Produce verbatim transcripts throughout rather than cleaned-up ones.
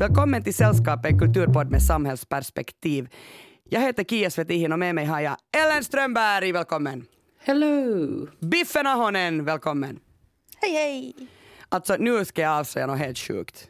Välkommen till Sällskapet, en kulturpodd med samhällsperspektiv. Jag heter Kia Svetihin och med mig har jag Ellen Strömberg, välkommen. Hello. Biffen Ahonen, välkommen. Hej hej. Alltså nu ska jag avslöja något helt sjukt.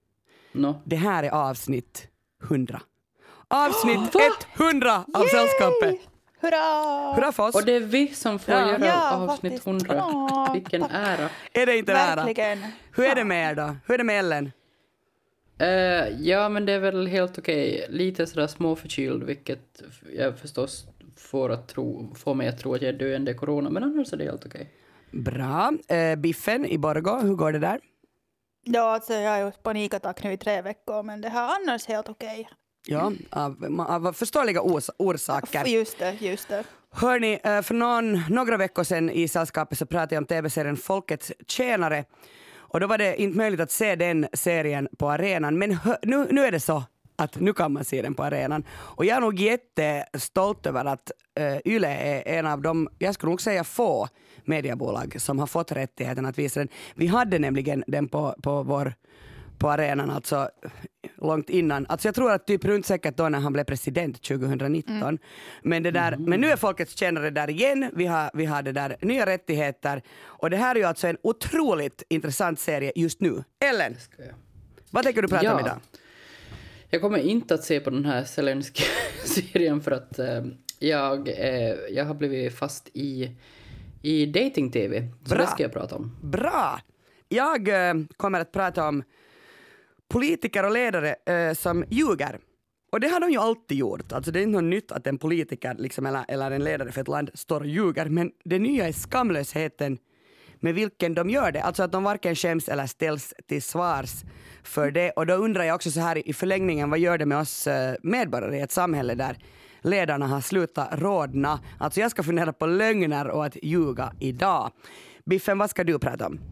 No. Det här är avsnitt hundra. Avsnitt oh, hundra av Yay! Sällskapet. Hurra! Hurra för oss. Och det är vi som får ja. göra ja, avsnitt faktiskt. hundra. Åh, vilken tack. ära. Är det inte Verkligen. nära? Hur är det med er då? Hur är det med Ellen? Uh, ja, men det är väl helt okej. Lite sådär småförkyld, vilket jag förstås får, att tro, får mig att tro att jag är döende i corona. Men annars är det helt okej. Bra. Uh, Biffen i Borgå, hur går det där? Ja, alltså jag har ju panikattack nu i tre veckor, men det här annars helt okej. Ja, av, av förståeliga ors- orsaker. Just det, just det. Hörni, för någon, några veckor sedan i Sällskapet så pratade jag om tv-serien Folkets tjänare. Och då var det inte möjligt att se den serien på arenan. Men hö, nu, nu är det så att nu kan man se den på arenan. Och jag är nog jättestolt över att uh, Yle är en av de, jag skulle nog säga få mediebolag som har fått rättigheten att visa den. Vi hade nämligen den på, på vår på arenan, alltså långt innan. Alltså jag tror att typ runt säkert då när han blev president tjugonitton. Mm. Men, det där, mm. men nu är Folkets tjänare där igen. Vi har, vi har det där nya rättigheter. Och det här är ju alltså en otroligt intressant serie just nu. Ellen, vad tänker du prata ja. om idag? Jag kommer inte att se på den här Zelensky-serien för att eh, jag, eh, jag har blivit fast i, i dating-tv. Så Bra. det ska jag prata om. Bra! Jag eh, kommer att prata om politiker och ledare eh, som ljuger. Och det har de ju alltid gjort. Alltså det är inte något nytt att en politiker liksom, eller, eller en ledare för ett land står och ljuger. Men det nya är skamlösheten med vilken de gör det. Alltså att de varken skäms eller ställs till svars för det. Och då undrar jag också så här i förlängningen, vad gör det med oss eh, medborgare i ett samhälle där ledarna har slutat rådna. Alltså jag ska fundera på lögner och att ljuga idag. Biffen, vad ska du prata om?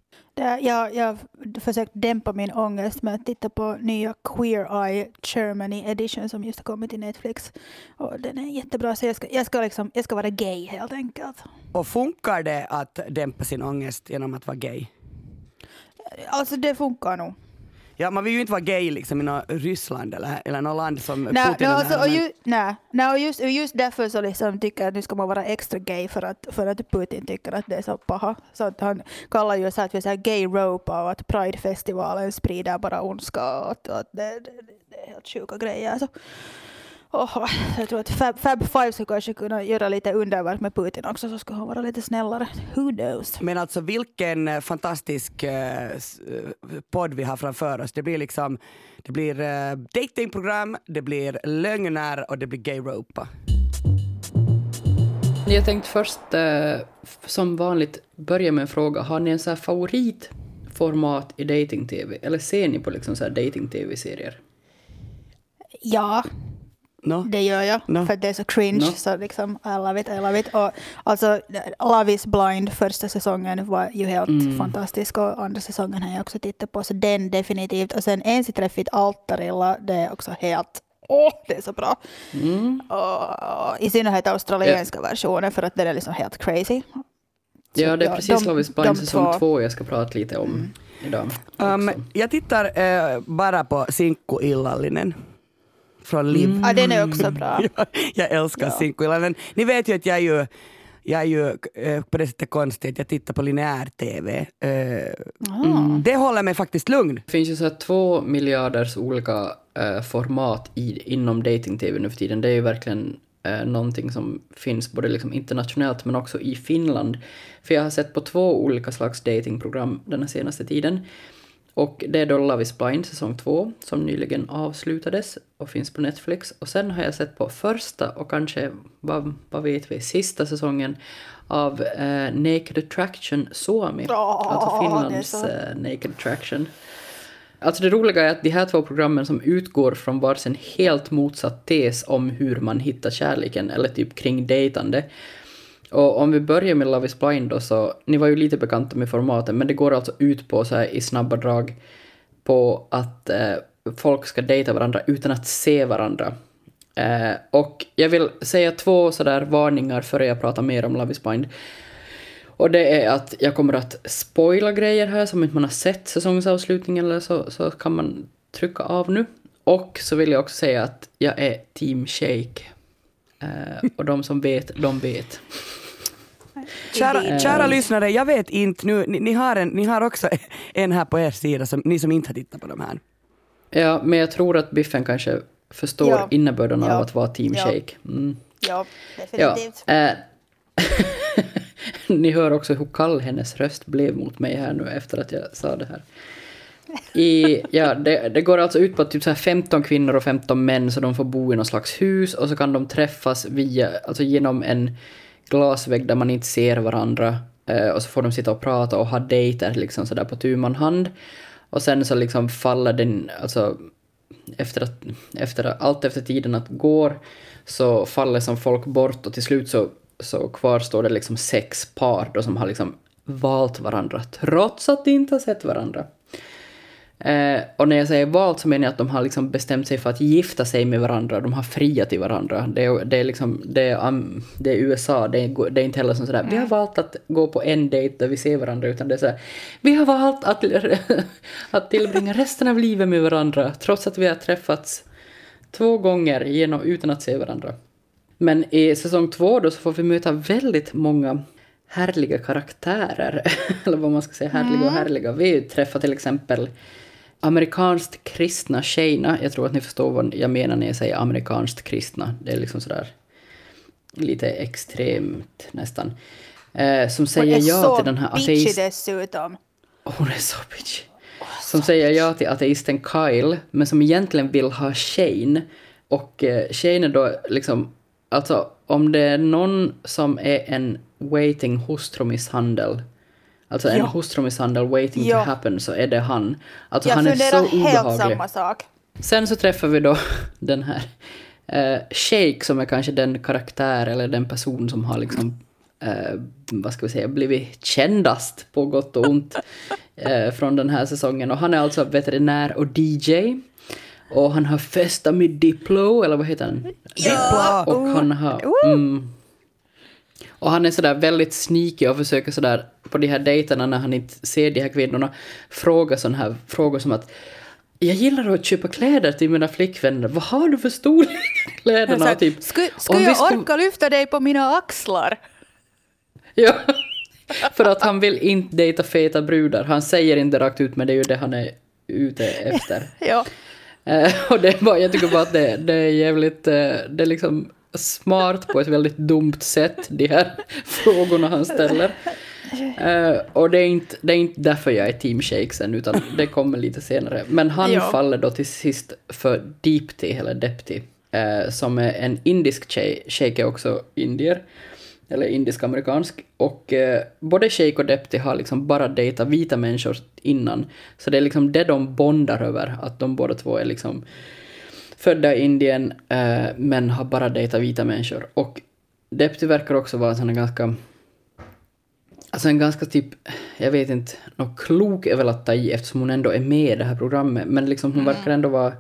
Jag, jag har försökt dämpa min ångest med att titta på nya Queer Eye Germany edition som just har kommit till Netflix. Och den är jättebra, så jag ska, jag ska, liksom, jag ska vara gay helt enkelt. Och funkar det att dämpa sin ångest genom att vara gay? Alltså det funkar nog. Ja, man vill ju inte vara gay liksom i något Ryssland eller, eller något land som nej, Putin. Nej, alltså, här, och, men... ju, nej, nej, och just, just därför så liksom tycker jag att nu ska man vara extra gay för att, för att Putin tycker att det är så paha. Så att han kallar ju så att vi är gay rope och att Pride-festivalen sprider bara ondska och att, att det, det, det är helt sjuka grejer. Alltså. Oh, jag tror att Fab, Fab Five skulle kanske kunna göra lite underverk med Putin också, så ska han vara lite snällare. Who knows? Men alltså vilken fantastisk uh, podd vi har framför oss. Det blir liksom, det blir uh, datingprogram, det blir lögner och det blir gay rope. Jag tänkte först eh, som vanligt börja med en fråga. Har ni en så här favoritformat i dating-tv? Eller ser ni på liksom så här dating-tv-serier? Ja. No. Det gör jag, no. för det är så cringe, no. så liksom, I love it, I love it. Och alltså, Love is Blind, första säsongen var ju helt mm. fantastisk och andra säsongen har jag också tittat på, så den definitivt. Och sen Ensiträffit Altarilla, det är också helt, åh, det är så bra. Mm. Och, och i synnerhet australienska yeah. versionen, för att den är liksom helt crazy. Så, ja, det är precis de, Love is Blind säsong två. två jag ska prata lite om mm. idag. Um, jag tittar uh, bara på Sinkku Illallinen. Från Liv. Mm. Ja, den är också bra. jag, jag älskar ja. Sinkku Illallinen. Ni vet ju att jag är ju, jag är ju eh, på det sättet konstigt. Jag tittar på lineär-tv. Eh, mm. Det håller mig faktiskt lugn. Det finns ju så här två miljarders olika eh, format i, inom dating-tv nu för tiden. Det är ju verkligen eh, någonting som finns både liksom internationellt men också i Finland. För jag har sett på två olika slags datingprogram den här senaste tiden. Och det är då Love is Blind säsong två som nyligen avslutades och finns på Netflix. Och sen har jag sett på första och kanske, vad, vad vet vi, sista säsongen av eh, Naked Attraction Suomi. Oh, alltså Finlands eh, Naked Attraction. Alltså det roliga är att de här två programmen som utgår från varsin helt motsatt tes om hur man hittar kärleken eller typ kring dejtande. Och om vi börjar med Love is Blind då, så ni var ju lite bekanta med formaten, men det går alltså ut på så här i snabba drag på att eh, folk ska dejta varandra utan att se varandra. Eh, och jag vill säga två sådär varningar före jag pratar mer om Love is Blind. Och det är att jag kommer att spoila grejer här som inte man har sett säsongsavslutningen eller så, så kan man trycka av nu. Och så vill jag också säga att jag är Team Shake. Uh, och de som vet, de vet. Kära, kära lyssnare, jag vet inte nu, ni, ni, har en, ni har också en här på er sida, som, ni som inte har tittat på de här. Ja, men jag tror att Biffen kanske förstår ja. innebörden av ja. att vara Team ja. Shake. Mm. Ja, definitivt. Ja, äh, ni hör också hur kall hennes röst blev mot mig här nu efter att jag sa det här. I, ja, det, det går alltså ut på att typ så här femton kvinnor och femton män, så de får bo i någon slags hus och så kan de träffas via, alltså genom en glasvägg där man inte ser varandra, eh, och så får de sitta och prata och ha dejter liksom så där på tu man hand. Och sen så liksom faller den, alltså efter att, efter att, allt efter tiden att går så faller som folk bort, och till slut så, så kvarstår det liksom sex par då som har liksom valt varandra trots att de inte har sett varandra. Eh, och när jag säger valt så menar jag att de har liksom bestämt sig för att gifta sig med varandra. De har friat till varandra. Det är, det är, liksom, det är, um, det är U S A. Det är, det är inte heller som sådär. Mm. Vi har valt att gå på en dejt där vi ser varandra. Utan det är sådär. Vi har valt att, att tillbringa resten av livet med varandra. Trots att vi har träffats två gånger genom, utan att se varandra. Men i säsong två då så får vi möta väldigt många härliga karaktärer. Eller vad man ska säga. Härliga och härliga. Vi träffar till exempel amerikanskt kristna tjejerna. Jag tror att ni förstår vad jag menar när jag säger amerikanskt kristna. Det är liksom sådär lite extremt nästan. Eh, som säger ja till den här ateisten. Dessutom. Hon är så bitchy. Som säger ja till ateisten Kyle, men som egentligen vill ha Shane. Och eh, Shane är då liksom, alltså om det är någon som är en waiting hustrumisshandel, alltså en ja. hustrumisshandel waiting ja. to happen, så är det han. Alltså jag han är så obehaglig. Helt samma sak. Sen så träffar vi då den här uh, Shake, som är kanske den karaktär eller den person som har liksom uh, vad ska vi säga, blivit kändast på gott och ont uh, från den här säsongen. Och han är alltså veterinär och D J. Och han har festat med Diplo, eller vad heter han? Ja. Och han har... Mm, och han är sådär väldigt sneaky och försöker sådär på de här dejterna när han inte ser de här kvinnorna fråga sådana här frågor som att jag gillar att köpa kläder till mina flickvänner. Vad har du för storlek i kläderna? Sagt, typ, ska ska jag skum... orka lyfta dig på mina axlar? Ja, för att han vill inte dejta feta brudar. Han säger inte rakt ut, men det är ju det han är ute efter. Ja. Uh, och det är bara, jag tycker bara att det, det är jävligt, uh, det är liksom smart på ett väldigt dumt sätt, de här frågorna han ställer. Uh, och det är, inte, det är inte därför jag är Team Shake sen, utan det kommer lite senare. Men han ja. faller då till sist för Deepti, eller Depti, uh, som är en indisk tjej. Shake är också indier, eller indisk-amerikansk. Och uh, både Shake och Depti har liksom bara dejtat vita människor innan. Så det är liksom det de bondar över, att de båda två är liksom födda i Indien, uh, men har bara dejtat vita människor. Och Depti verkar också vara en sån ganska... Alltså en ganska typ, jag vet inte, något klok är väl att ta i eftersom hon ändå är med i det här programmet. Men liksom hon mm. verkar ändå vara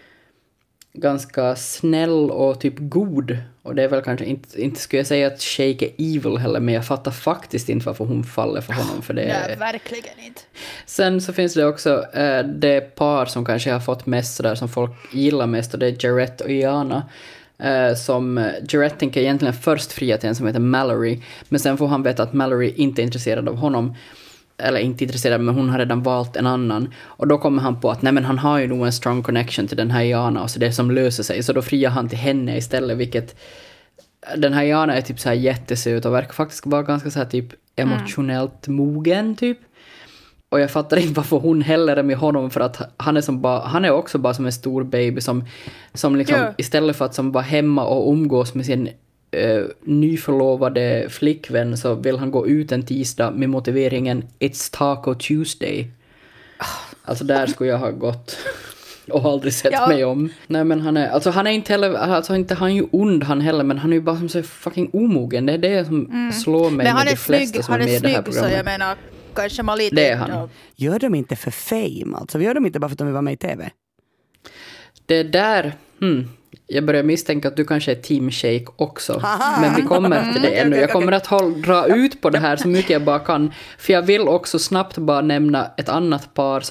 ganska snäll och typ god. Och det är väl kanske inte, inte skulle jag säga att Shake är evil heller, men jag fattar faktiskt inte varför hon faller för honom. För det Nej, verkligen inte. Sen så finns det också äh, det par som kanske har fått mest sådär, som folk gillar mest, och det är Jarrett och Iana. Uh, som Jarrett tänker egentligen först fria till en som heter Mallory, men sen får han veta att Mallory inte är intresserad av honom, eller inte intresserad, men hon har redan valt en annan, och då kommer han på att nej, men han har ju nog en strong connection till den här Iana, och så det som löser sig, så då friar han till henne istället, vilket den här Iana är typ så här jättesöt och verkar faktiskt vara ganska så här typ emotionellt mm. mogen typ. Och jag fattar inte varför hon heller är med honom, för att han är, som bara, han är också bara som en stor baby som, som liksom, yeah. istället för att som vara hemma och umgås med sin uh, nyförlovade flickvän, så vill han gå ut en tisdag med motiveringen It's Taco Tuesday. Alltså där skulle jag ha gått och aldrig sett ja. mig om. Nej, men han är, alltså han är inte heller, alltså inte han är ju ond han heller, men han är ju bara som så fucking omogen. Det är det som mm. slår mig men med de flesta snygg, som är med i det här programmet. Så jag menar, kanske man lite... Det är han. Gör de inte för fame alltså? Gör de inte bara för att de vill vara med i tv? Det där... Hmm, jag börjar misstänka att du kanske är Team Shake också. Men vi kommer till det ännu. Jag kommer att hålla, dra ut på det här så mycket jag bara kan. För jag vill också snabbt bara nämna ett annat par som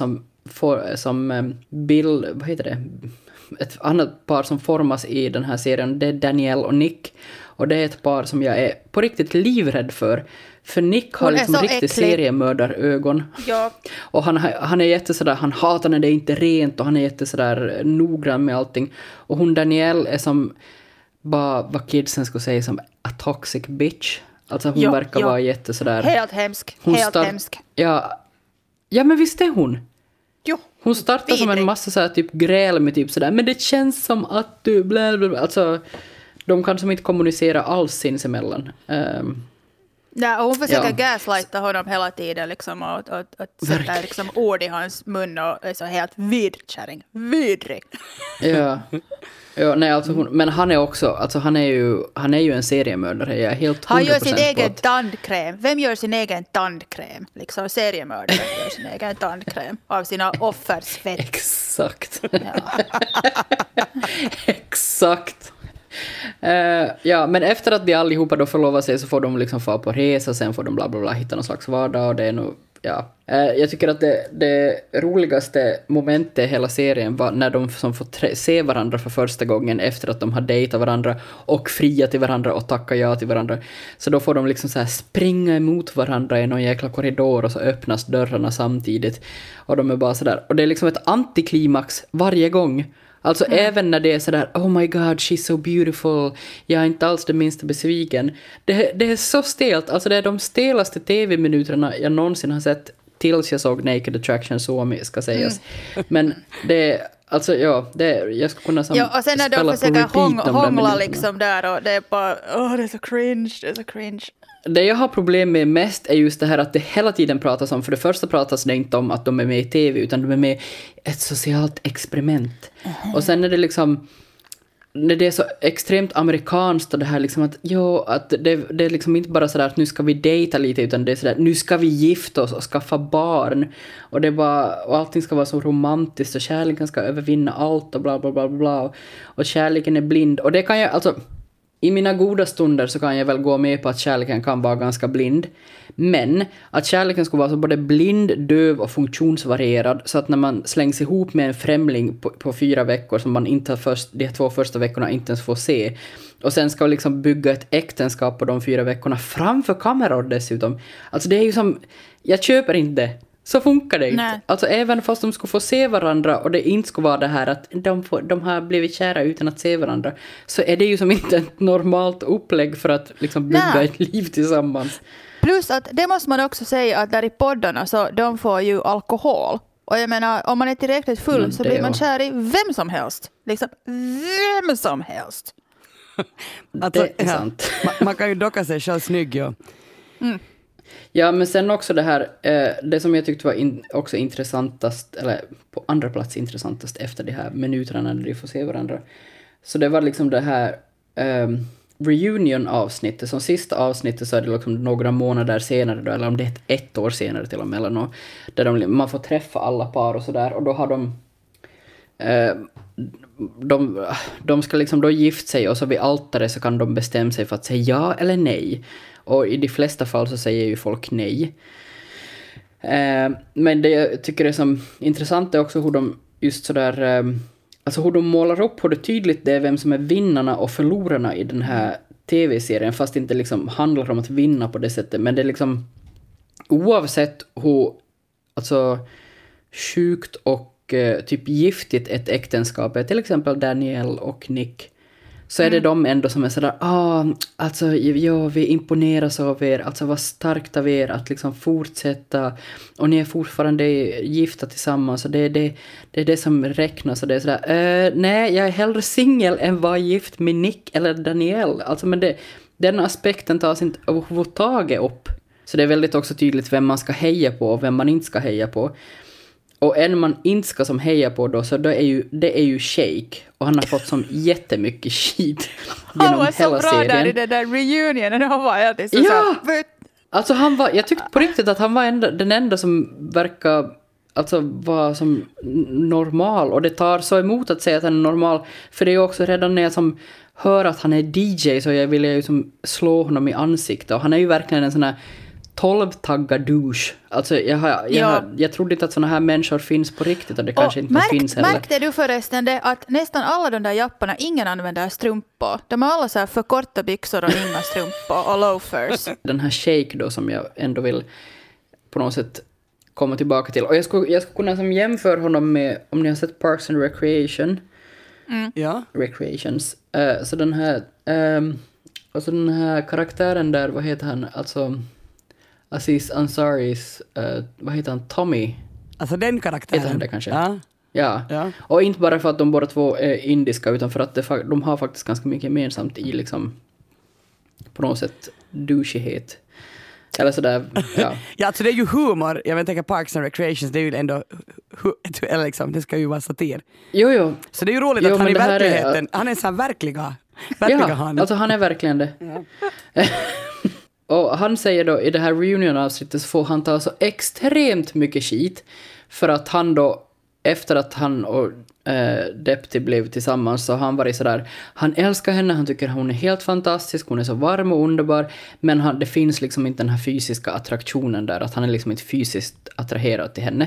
får, som eh, Bill, vad heter det? Ett annat par som formas i den här serien, det är Danielle och Nick. Och det är ett par som jag är på riktigt livrädd för. För Nick har liksom riktigt seriemördarögon. Ja. Och han, han är jätte sådär, han hatar när det är inte rent och han är jätte sådär noggrann med allting. Och hon Danielle är som, bara vad kidsen skulle säga, som a toxic bitch. Alltså hon ja, verkar ja. vara jätte sådär. Helt hemsk, hon helt start, hemsk. Ja, ja, men visst är hon. Jo. Hon startar som en massa såhär typ gräl med typ sådär, men det känns som att du blä, blä, blä. Alltså de kan som inte kommunicera alls sinsemellan. Um, Nej, och hon försöker ja. gaslighta honom hela tiden liksom, och, och, och, och sätta liksom, ord i hans mun och är så helt vidkärring. Vidrig. Ja. Ja, nej, alltså hon, men han är också, alltså han är ju, han är ju en seriemördare. Jag är helt han gör sin egen att... tandkräm. Vem gör sin egen tandkräm? Liksom seriemördare gör sin egen tandkräm av sina offers fett. Exakt. Ja. Exakt. Uh, ja, men efter att de allihopa då förlovar sig så får de liksom få på resa, sen får de bla bla bla hitta någon slags vardag och det är nog, ja. Uh, jag tycker att det, det roligaste momentet i hela serien var när de som får tre- se varandra för första gången efter att de har dejtat varandra och fria till varandra och tacka ja till varandra. Så då får de liksom så här springa emot varandra i någon jäkla korridor och så öppnas dörrarna samtidigt. Och de är bara sådär, och det är liksom ett antiklimax varje gång. Alltså mm. även när det är sådär, oh my god, she's so beautiful, jag är inte alls det minsta besviken. Det, det är så stelt, alltså det är de stelaste tv-minuterna jag någonsin har sett tills jag såg Naked Attraction, så ska sägas. Mm. Men det är, alltså ja, det är, jag skulle kunna som ja, och sen när de försöker hång, hångla liksom där och det är bara, åh oh, det är så cringe, det är så cringe. Det jag har problem med mest är just det här att det hela tiden pratas om, för det första pratas det inte om att de är med i tv utan de är med i ett socialt experiment. Mm. Och sen är det liksom, när det är så extremt amerikanskt och det här liksom att, jo, att det, det är liksom inte bara sådär att nu ska vi dejta lite utan det är sådär, nu ska vi gifta oss och skaffa barn. Och det är bara, och allting ska vara så romantiskt och kärleken ska övervinna allt och bla bla bla bla. Och kärleken är blind. Och det kan jag, alltså... I mina goda stunder så kan jag väl gå med på att kärleken kan vara ganska blind. Men att kärleken ska vara så både blind, döv och funktionsvarierad. Så att när man slängs ihop med en främling på, på fyra veckor som man inte har först, de två första veckorna inte ens får se. Och sen ska liksom bygga ett äktenskap på de fyra veckorna framför kameror dessutom. Alltså det är ju som, jag köper inte. Så funkar det inte. Nej. Alltså även fast de skulle få se varandra och det inte skulle vara det här att de, får, de har blivit kära utan att se varandra, så är det ju som inte ett normalt upplägg för att liksom bygga Nej. ett liv tillsammans. Plus att det måste man också säga att där i poddarna så de får ju alkohol. Och jag menar, om man är tillräckligt full Men så blir man kär i vem som helst. Liksom vem som helst. Alltså, det är ja, sant. Man, man kan ju docka sig själv snygg, ja. Mm. Ja, men sen också det här, eh, det som jag tyckte var in, också intressantast, eller på andra plats intressantast efter de här minuterna när de får se varandra. Så det var liksom det här eh, reunion-avsnittet. Som sista avsnittet så är det liksom några månader senare, då, eller om det är ett, ett år senare till och med, eller något, där de, man får träffa alla par och sådär. Och då har de, eh, de, de ska liksom då gift sig och så vid altaret så kan de bestämma sig för att säga ja eller nej. Och i de flesta fall så säger ju folk nej. Eh, men det jag tycker är som intressant är också hur de just sådär, eh, alltså hur de målar upp hur det tydligt det är vem som är vinnarna och förlorarna i den här tv-serien, fast det inte liksom handlar om att vinna på det sättet. Men det är liksom oavsett hur alltså sjukt och eh, typ giftigt ett äktenskap är, till exempel Danielle och Nick, så är det mm. de ändå som är sådär, ah, alltså, ja, vi imponeras av er, alltså vad starkt av er att liksom fortsätta, och ni är fortfarande gifta tillsammans, och det, det, det är det som räknas, och det är sådär, uh, nej, jag är hellre singel än var gift med Nick eller Danielle, alltså, men det, den aspekten tas inte överhuvudtaget upp, så det är väldigt också tydligt vem man ska heja på och vem man inte ska heja på. Och en man inte ska som heja på då, så då är ju, det är ju Shake. Och han har fått som jättemycket skit genom hela serien. Han var så bra serien. Där i den där reunionen. Han var alltid så ja! Så här. Alltså han var, jag tyckte på riktigt att han var enda, den enda som verkar alltså vara som normal. Och det tar så emot att säga att han är normal. För det är ju också redan när jag som hör att han är D J så jag vill ju som slå honom i ansiktet. Och han är ju verkligen en sån här tolv-taggad douche. Alltså jag, har, jag, Ja. har, jag trodde inte att såna här människor finns på riktigt och det kanske Och inte märk, finns heller. Märkte du förresten det att nästan alla de där japparna, ingen använder strumpor. De har alla så här för korta byxor och inga strumpor och loafers. Den här Shake då som jag ändå vill på något sätt komma tillbaka till. Och jag skulle, jag skulle kunna som jämföra honom med, om ni har sett Parks and Recreation. Ja. Recreations. Uh, så den här, um, alltså den här karaktären där, vad heter han? Alltså Aziz Ansaris, uh, vad heter han? Tommy. Alltså den karaktären. Heter han det kanske? Ja. Ja. Ja. Och inte bara för att de båda två är indiska utan för att det, fa- de har faktiskt ganska mycket gemensamt i liksom på något sätt douchighet. Eller sådär, ja. Ja, alltså det är ju humor. Jag vet inte, Parks and Recreations, det är ju ändå, hu- eller liksom, det ska ju vara satir. Jo, jo. Så det är ju roligt Jo, att han men i det här är- verkligheten, han är så här verkliga, verkliga Ja, han. alltså han är verkligen det. Och han säger då i det här reunion-avsnittet så får han ta så extremt mycket skit för att han då, efter att han och eh, Depti blev tillsammans så har han varit sådär, han älskar henne, han tycker hon är helt fantastisk, hon är så varm och underbar, men han, det finns liksom inte den här fysiska attraktionen där, att han är liksom inte fysiskt attraherad till henne.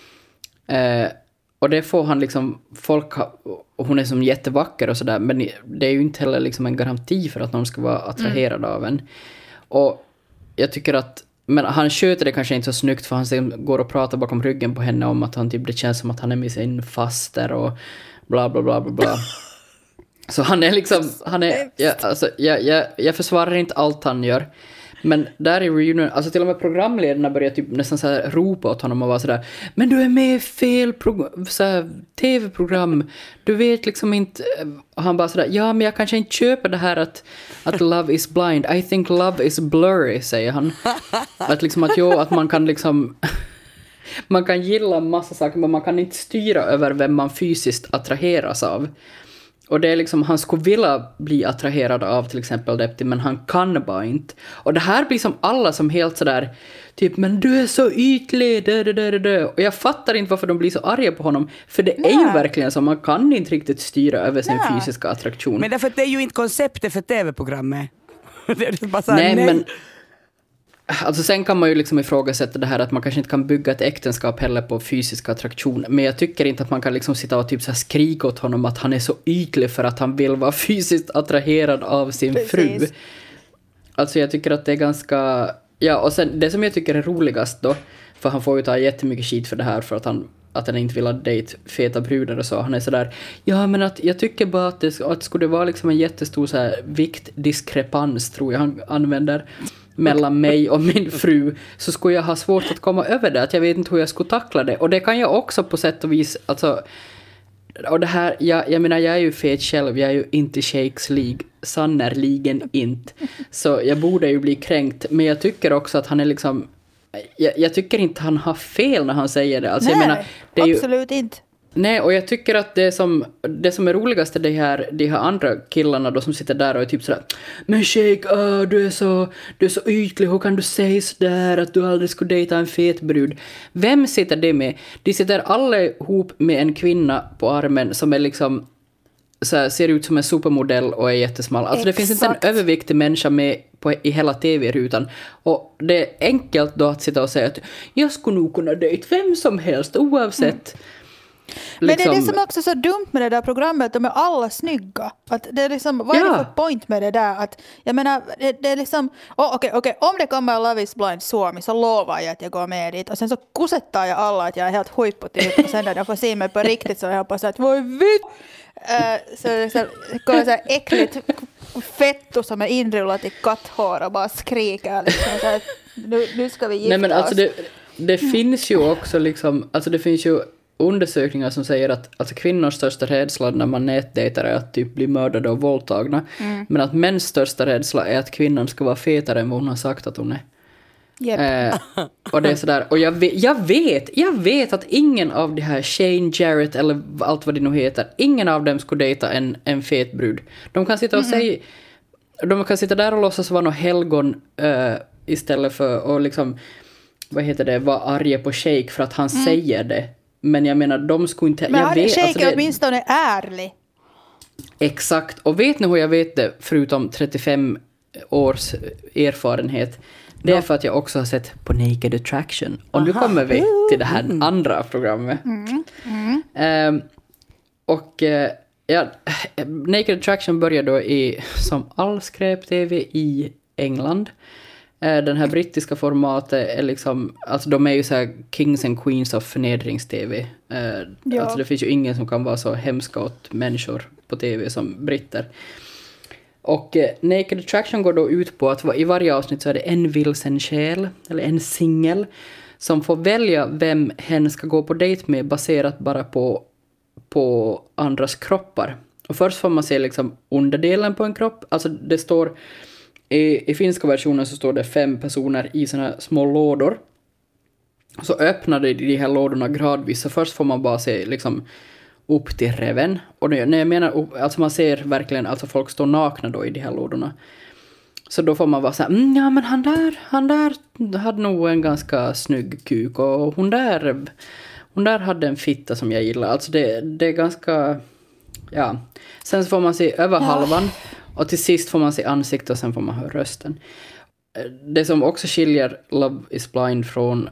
Eh, och det får han liksom, folk ha, och hon är som jättevacker och sådär, men det är ju inte heller liksom en garanti för att någon ska vara attraherad mm. av en. Och jag tycker att, men han sköter det kanske inte så snyggt för han sen går och pratar bakom ryggen på henne om att han typ, det känns som att han är med sin faster och bla bla bla bla bla. Så han är liksom, han är, jag, alltså, jag, jag, jag försvarar inte allt han gör. Men där i reunion, alltså till och med programledarna börjar typ nästan så här ropa åt honom och vara sådär, men du är med i fel pro- så här, tv-program, du vet liksom inte, och han bara sådär, ja men jag kanske inte köper det här att, att love is blind, I think love is blurry, säger han. Att liksom att jo, att man kan liksom man kan gilla en massa saker men man kan inte styra över vem man fysiskt attraheras av. Och det är liksom, han skulle vilja bli attraherad av till exempel Depti, men han kan bara inte. Och det här blir som alla som helt sådär, typ, men du är så ytlig, dö, dö, dö, dö. Och jag fattar inte varför de blir så arga på honom. För det Nej. är ju verkligen så, man kan inte riktigt styra över sin Nej. fysiska attraktion. Men därför att det är ju inte konceptet för tv-programmet. Det är bara så här, nej, nej, men alltså sen kan man ju liksom ifrågasätta det här att man kanske inte kan bygga ett äktenskap heller på fysisk attraktion. Men jag tycker inte att man kan liksom sitta och typ så här skrika åt honom att han är så ytlig för att han vill vara fysiskt attraherad av sin Precis. fru. Alltså jag tycker att det är ganska... Ja, och sen det som jag tycker är roligast då, för han får ju ta jättemycket skit för det här för att han att han inte vill ha dejt feta brudar och så. Han är sådär, ja men att jag tycker bara att det, att skulle det vara liksom en jättestor så här viktdiskrepans, tror jag han använder, mellan mig och min fru, så skulle jag ha svårt att komma över det, att jag vet inte hur jag skulle tackla det. Och det kan jag också på sätt och vis, alltså, och det här, jag, jag menar jag är ju fet själv, jag är ju inte Shakes League, sannerligen inte. Så jag borde ju bli kränkt, men jag tycker också att han är liksom, jag, jag tycker inte han har fel när han säger det. Alltså, nej, jag menar, det är ju, absolut inte. nej, och jag tycker att det som, det som är roligast är de här, de här andra killarna då som sitter där och är typ sådär, men Shake, uh, du, är så, du är så ytlig, hur kan du säga sådär att du aldrig skulle dejta en fet brud? Vem sitter det med? De sitter alla ihop med en kvinna på armen som är liksom så här, ser ut som en supermodell och är jättesmal. Alltså det finns inte en överviktig människa med på, i hela tv-rutan. Och det är enkelt då att sitta och säga att jag skulle nog kunna dejta vem som helst oavsett. Mm. Men det är det Liksom- som också är så dumt med det där programmet, de är alla snygga. Att det är liksom, vad är Ja. det för point med det där? Att, jag menar, det, det är liksom, oh, okej, okay, okay, om det kommer Love is Blind Suomi så lovar jag att jag går med dit. Och sen så kusettar jag alla att jag är helt huipputyp. Och sen när de får se mig på riktigt så är jag bara så att vad vitt! Uh, så det så, går så här äckligt fetto som är inrullat i katthår och bara skriker liksom, så här, nu, nu ska vi gifta Nej men alltså oss. det, det finns ju också liksom, alltså det finns ju undersökningar som säger att alltså kvinnors största rädsla när man nätdejtar är att typ bli mördade och våldtagna. Mm. Men att mäns största rädsla är att kvinnan ska vara fetare än vad hon har sagt att hon är. Yep. Eh, och det är sådär, och jag vet, jag vet, jag vet att ingen av de här Shane, Jarrett eller allt vad det nu heter, ingen av dem skulle dejta en, en fet brud. De kan sitta och mm. säga, de kan sitta där och låtsas vara någon helgon uh, istället för att liksom, vad heter det, vara arga på Shake för att han mm. säger det. Men jag menar, de skulle inte... Men jag vet, Shake alltså är det, åtminstone ärlig. Exakt. Och vet ni hur jag vet det, förutom trettiofem års erfarenhet? Det är No. för att jag också har sett på Naked Attraction. Och nu Aha. kommer vi till det här mm. andra programmet. Mm. Mm. Um, och uh, ja, Naked Attraction började då i, som all skräp-tv i England. Uh, den här brittiska formatet är liksom, alltså de är ju så här kings and queens of förnedrings-tv. Uh, Ja. Alltså det finns ju ingen som kan vara så hemska åt människor på tv som britter. Och eh, Naked Attraction går då ut på att i varje avsnitt så är det en vilsen själ, eller en singel, som får välja vem hen ska gå på dejt med baserat bara på, på andras kroppar. Och först får man se liksom underdelen på en kropp. Alltså det står, i, i finska versionen så står det fem personer i såna små lådor. Så öppnar de de här lådorna gradvis, så först får man bara se liksom upp till reven. Och när jag menar, alltså man ser verkligen, alltså folk står nakna då i de här lådorna. Så då får man vara så här, mm, ja men han där, han där hade nog en ganska snygg kuk och hon där, hon där hade en fitta som jag gillar. Alltså det, det är ganska, ja. Sen så får man se över ja. halvan och till sist får man se ansiktet och sen får man höra rösten. Det som också skiljer Love is Blind från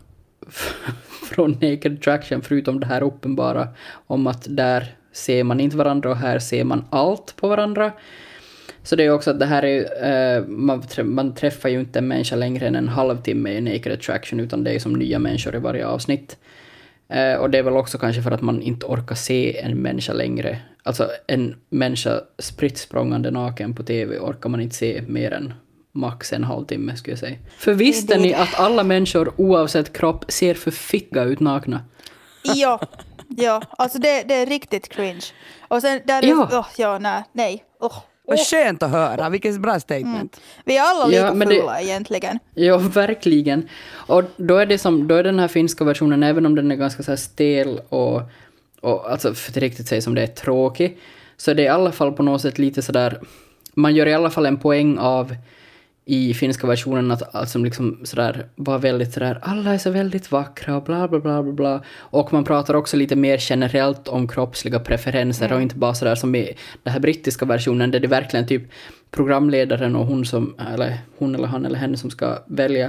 från Naked Attraction, förutom det här uppenbara om att där ser man inte varandra och här ser man allt på varandra. Så det är också att det här är, uh, man, man träffar ju inte en människa längre än en halvtimme i Naked Attraction, utan det är som nya människor i varje avsnitt. Uh, och det är väl också kanske för att man inte orkar se en människa längre. Alltså en människa spritt språngande naken på tv orkar man inte se mer än max en halvtimme skulle jag säga. För visste ni att alla människor oavsett kropp ser för ficka ut nakna? Ja, ja, alltså det, det är riktigt cringe. Och sen där är, ja, oh, ja nej, nej. Oh, Vad oh. skönt att höra, vilket bra statement. Mm. Vi är alla lika ja, men fulla det, egentligen. Ja, verkligen. Och då är det som, då är den här finska versionen, även om den är ganska så här stel och, och alltså för att riktigt säga som det är tråkig, så är det i alla fall på något sätt lite sådär, man gör i alla fall en poäng av i finska versionen att alltså liksom sådär var väldigt sådär, alla är så väldigt vackra och bla bla bla bla bla. Och man pratar också lite mer generellt om kroppsliga preferenser mm. och inte bara sådär som i den här brittiska versionen där det verkligen typ programledaren och hon som, eller hon eller han eller henne som ska välja,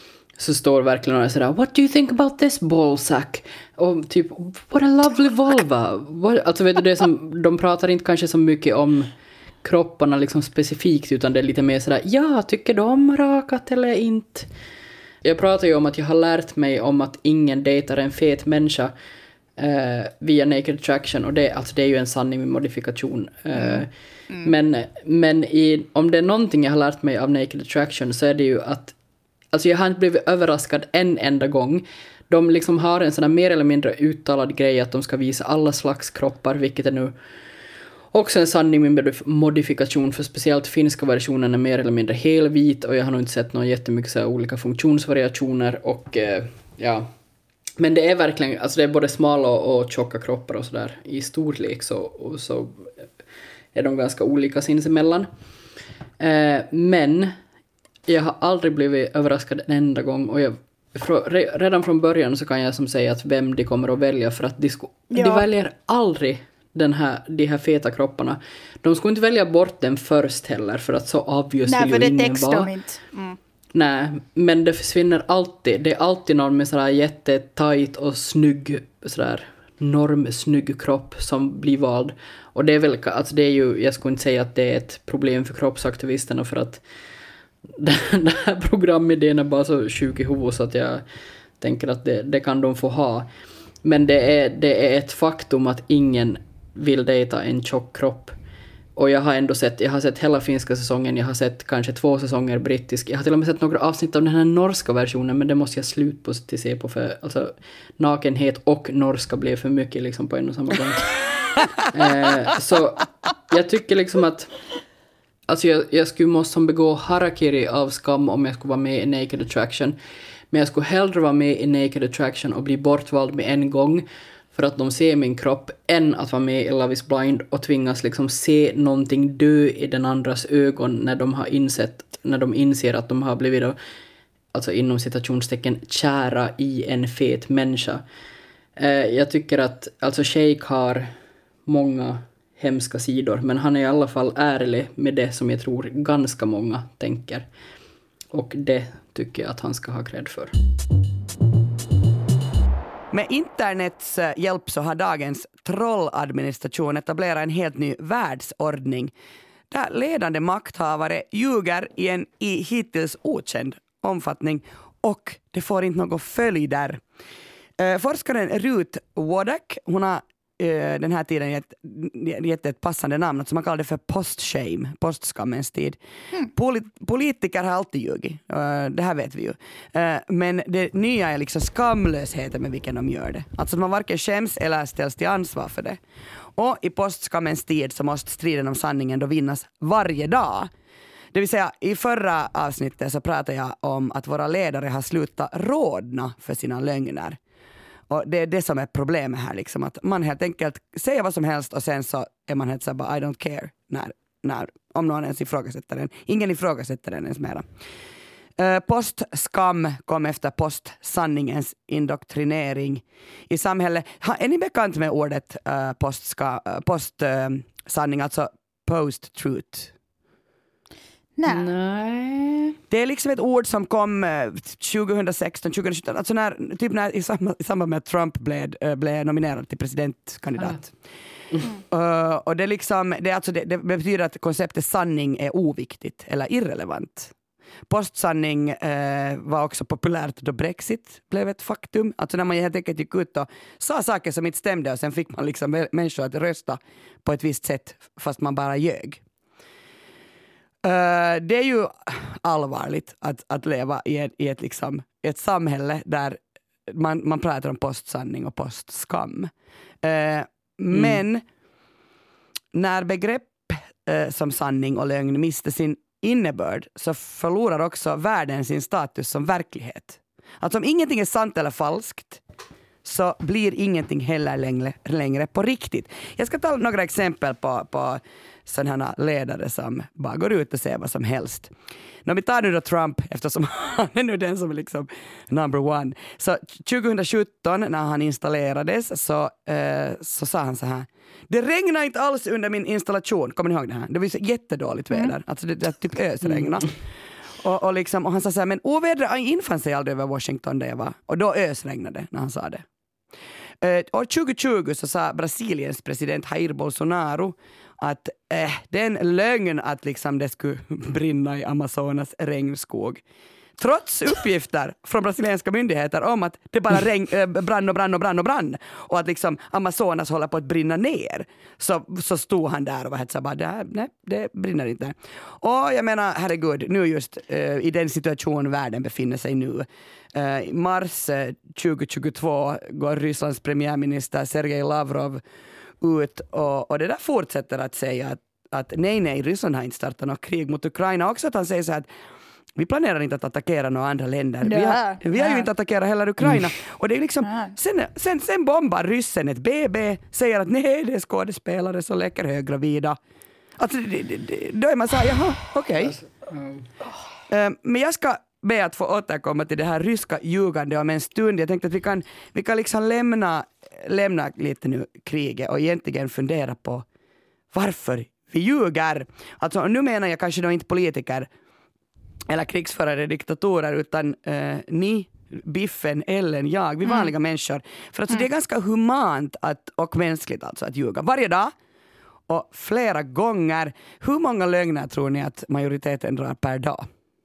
så står verkligen och sådär, what do you think about this ballsack? Och typ, what a lovely vulva. What? Alltså vet du, det som, de pratar inte kanske så mycket om kropparna liksom specifikt, utan det är lite mer sådär, ja, tycker du om rakat eller inte? Jag pratar ju om att jag har lärt mig om att ingen dejtar en fet människa eh, via Naked Attraction, och det, alltså det är ju en sanning med modifikation. Eh, mm. Mm. Men, men i, om det är någonting jag har lärt mig av Naked Attraction så är det ju att alltså jag har inte blivit överraskad en enda gång. De liksom har en sån här mer eller mindre uttalad grej att de ska visa alla slags kroppar, vilket är nu också en sanning med modifikation, för speciellt finska versionen är mer eller mindre helvit och jag har nog inte sett någon jättemycket så här olika funktionsvariationer och eh, ja. Men det är verkligen, alltså det är både smala och, och tjocka kroppar och sådär i storlek, så, och så är de ganska olika sinsemellan. Eh, men jag har aldrig blivit överraskad en enda gång, och jag, för, redan från början så kan jag som säga att vem de kommer att välja, för att de, sko, ja. de väljer aldrig den här, de här feta kropparna. De skulle inte välja bort den först heller, för att så obvious Nej, vill för ju det ingen text vara. de inte. Mm. Nej, men det försvinner alltid. Det är alltid någon med sådär jättetajt och snygg, sådär normsnygg kropp som blir vald. Och det är väl, alltså det är ju, jag skulle inte säga att det är ett problem för kroppsaktivisterna, för att det här programidén är bara så sjuk i huvudet så att jag tänker att det, det kan de få ha. Men det är, det är ett faktum att ingen vill dejta en tjock kropp. Och jag har ändå sett, jag har sett hela finska säsongen, jag har sett kanske två säsonger brittisk. Jag har till och med sett några avsnitt av den här norska versionen, men det måste jag slut på till se på, för alltså nakenhet och norska blev för mycket liksom på en och samma gång. eh, så jag tycker liksom att alltså jag, jag skulle måste som begå harakiri av skam om jag skulle vara med i Naked Attraction. Men jag skulle hellre vara med i Naked Attraction och bli bortvald med en gång för att de ser min kropp, än att vara med i Love is Blind och tvingas liksom se någonting dö i den andras ögon när de har insett, när de inser att de har blivit då, alltså inom citationstecken, kära i en fet människa. Eh, jag tycker att alltså Shake har många hemska sidor, men han är i alla fall ärlig med det som jag tror ganska många tänker. Och det tycker jag att han ska ha cred för. Med internets hjälp så har dagens trolladministration etablerat en helt ny världsordning där ledande makthavare ljuger i en i hittills okänd omfattning och det får inte någon följder. Eh, forskaren Ruth Wodak, hon har eh, den här tiden gett, gett ett passande namn som man kallar det för post-shame, postskammens tid. Mm. Polit- politiker har alltid ljugit, eh, det här vet vi ju. Eh, men det nya är liksom skamlösheten med vilken de gör det. Alltså man varken skäms eller ställs till ansvar för det. Och i postskammens tid så måste striden om sanningen då vinnas varje dag. Det vill säga, i förra avsnittet så pratade jag om att våra ledare har slutat rådna för sina lögner. Och det är det som är problemet här, liksom, att man helt enkelt säger vad som helst och sen så är man helt så bara I don't care när, när, om någon ens ifrågasätter den. Ingen ifrågasätter den ens mera. Uh, postskam kom efter postsanningens indoktrinering i samhället. Ha, är ni bekant med ordet uh, postska, uh, postsanning, uh, alltså post-truth? Nej. Nej. Det är liksom ett ord som kom tjugohundrasexton tjugohundrasjutton, alltså när, typ när, i, samband, i samband med att Trump blev, blev nominerad till presidentkandidat. Mm. Uh, och det, liksom, det, alltså det, det betyder att konceptet sanning är oviktigt eller irrelevant. Postsanning uh, var också populärt då Brexit blev ett faktum. Alltså när man helt enkelt gick ut och sa saker som inte stämde och sen fick man liksom människor att rösta på ett visst sätt fast man bara ljög. Uh, det är ju allvarligt att, att leva i ett, i ett, liksom, ett samhälle där man, man pratar om postsanning och postskam. Uh, mm. Men när begrepp uh, som sanning och lögn mister sin innebörd så förlorar också världen sin status som verklighet. Alltså om ingenting är sant eller falskt så blir ingenting heller längre, längre på riktigt. Jag ska ta några exempel på, på sådana ledare som bara går ut och säger vad som helst. När vi tar nu då Trump, eftersom han är nu den som är liksom number one. Så tjugohundrasjutton när han installerades så, eh, så sa han så här: det regnar inte alls under min installation. Kommer ni ihåg det här? Det var ju så jättedåligt väder. Mm. Alltså det, det typ ösregna. Mm. Och, och, liksom, och han sa så här, men ovädret infann sig aldrig över Washington där jag var. Och då ösregnade när han sa det. Uh, år tjugohundratjugo så sa Brasiliens president Jair Bolsonaro att eh, det är en lögn att liksom det skulle brinna i Amazonas regnskog. Trots uppgifter från brasilianska myndigheter om att det bara regn, äh, brann och brann och brann och brann och att liksom Amazonas håller på att brinna ner, så, så stod han där och var helt så bara, nej, det brinner inte. Och jag menar, herregud, nu just äh, i den situation världen befinner sig nu. Äh, I mars äh, tjugohundratjugotvå går Rysslands premiärminister Sergej Lavrov ut och, och det där fortsätter att säga att, att nej, nej, Ryssland har inte startat något krig mot Ukraina. Också att han säger så här att vi planerar inte att attackera några andra länder. Vi har, vi har ju inte attackerat heller Ukraina. Mm. Och det är liksom, sen, sen, sen bombar ryssen ett B B, säger att nej, det är skådespelare som leker höggravida. Alltså, det, det, det, då är man så här, jaha, okej. Okay. Mm. Uh, men jag ska be att få återkomma till det här ryska ljugande om en stund. Jag tänkte att vi kan, vi kan liksom lämna, lämna lite nu kriget och egentligen fundera på varför vi ljuger. Alltså, nu menar jag kanske då inte politiker eller krigsförare, diktatorer, utan eh, ni, Biffen, Ellen, jag, vi vanliga mm. människor. För alltså, mm. det är ganska humant att, och mänskligt alltså att ljuga. Varje dag och flera gånger. Hur många lögner tror ni att majoriteten drar per dag?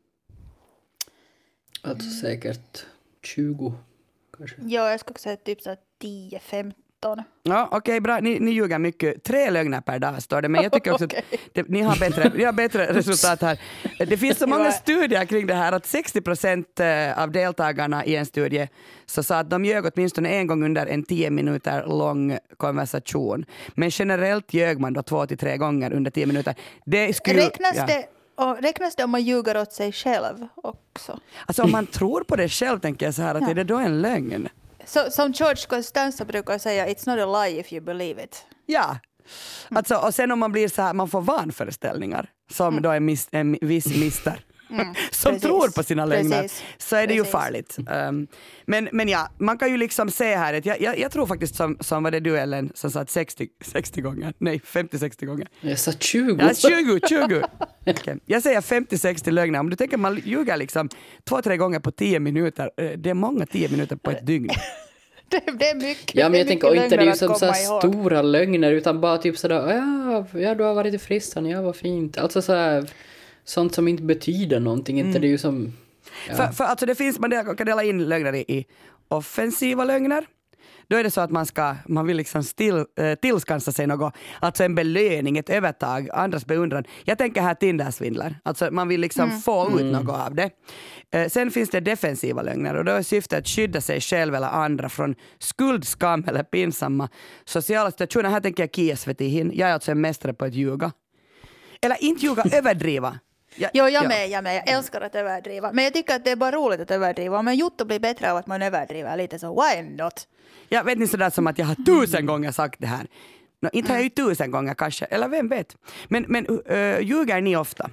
Alltså säkert tjugo kanske. Ja, jag skulle säga typ så tio femton. Ja, okej, okay, bra. Ni, ni ljuger mycket. Tre lögner per dag står det, men jag tycker också okay. att det, ni, har bättre, ni har bättre resultat här. Det finns så många studier kring det här att sextio procent av deltagarna i en studie så sa att de ljög åtminstone en gång under en tio minuter lång konversation. Men generellt ljög man då två till tre gånger under tio minuter. Det skulle, räknas, ja. det, och räknas det om man ljuger åt sig själv också? Alltså om man tror på det själv tänker jag så här att ja. är det då en lögn? Så, som George Costanza brukar säga, it's not a lie if you believe it. Ja, alltså, och sen om man blir så här, man får vanföreställningar som mm. då är mis, en viss mister Mm, som precis. tror på sina lögner, Precis. så är det Precis. ju farligt. Um, men, men ja, man kan ju liksom se här att jag, jag, jag tror faktiskt som, som var det du Ellen som sa att sextio, sextio gånger, nej femtio sextio gånger. Jag sa tjugo. Ja, tjugo, tjugo. Okay. Jag säger femtio sextio lögner. Om du tänker man ljuger liksom två, tre gånger på tio minuter, det är många tio minuter på ett dygn. Det, det är mycket. Ja, men jag tänker, och inte det är ju som så här ihåg. stora lögner, utan bara typ sådär, ja, ja, du har varit i frissan, ja, vad fint. Alltså så här, sånt som inte betyder någonting, inte mm. det är ju som... Ja. För, för alltså det finns, man kan dela in lögner i, i offensiva lögner. Då är det så att man ska, man vill liksom still, äh, tillskansa sig något, alltså en belöning, ett övertag, andras beundran. Jag tänker här Tinder-svindlar, alltså man vill liksom mm. få ut mm. något av det. Äh, sen finns det defensiva lögner och då är syftet att skydda sig själv eller andra från skuld, skam eller pinsamma sociala situationer. Här tänker jag kiesvetihin, jag är alltså en mästare på att ljuga. Eller inte ljuga, överdriva. Ja, jo, jag med, jag med. Jag älskar att överdriva. Men jag tycker att det är bara roligt att överdriva. Men Jotto blir bättre av att man överdriver lite så, why not? Jag vet inte sådär som att jag har tusen gånger sagt det här. No, inte har jag ju tusen gånger kanske, eller vem vet. Men, men uh, ljuger ni ofta?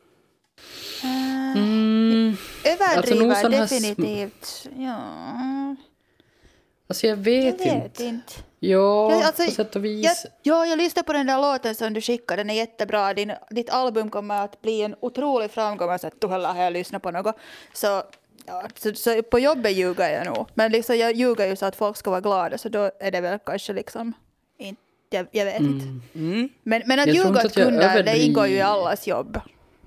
Uh, mm. Överdriver alltså, definitivt. Ja. Alltså jag vet, jag vet inte. inte. Ja, jag, alltså, på sätt och vis. Jag, ja, jag lyssnade på den där låten som du skickade, den är jättebra. Din, ditt album kommer att bli en otrolig framgång. Så att tuhalla har jag lyssnat på något. Så, ja, så, så på jobbet ljuger jag nog. Men liksom, jag ljuger ju så att folk ska vara glada. Så då är det väl kanske liksom inte, jag, jag vet mm. inte. Mm. Men, men att jag ljuga åt kunder, det ingår ju i allas jobb.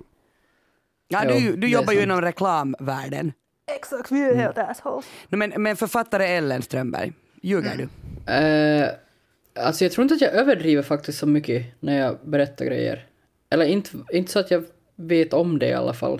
Ja, du, du jobbar ju inom reklamvärlden. Exakt, vi är helt mm. assholes. Men, men författare Ellen Strömberg, ljuger mm. du? Uh, alltså jag tror inte att jag överdriver faktiskt så mycket när jag berättar grejer. Eller inte, inte så att jag vet om det i alla fall.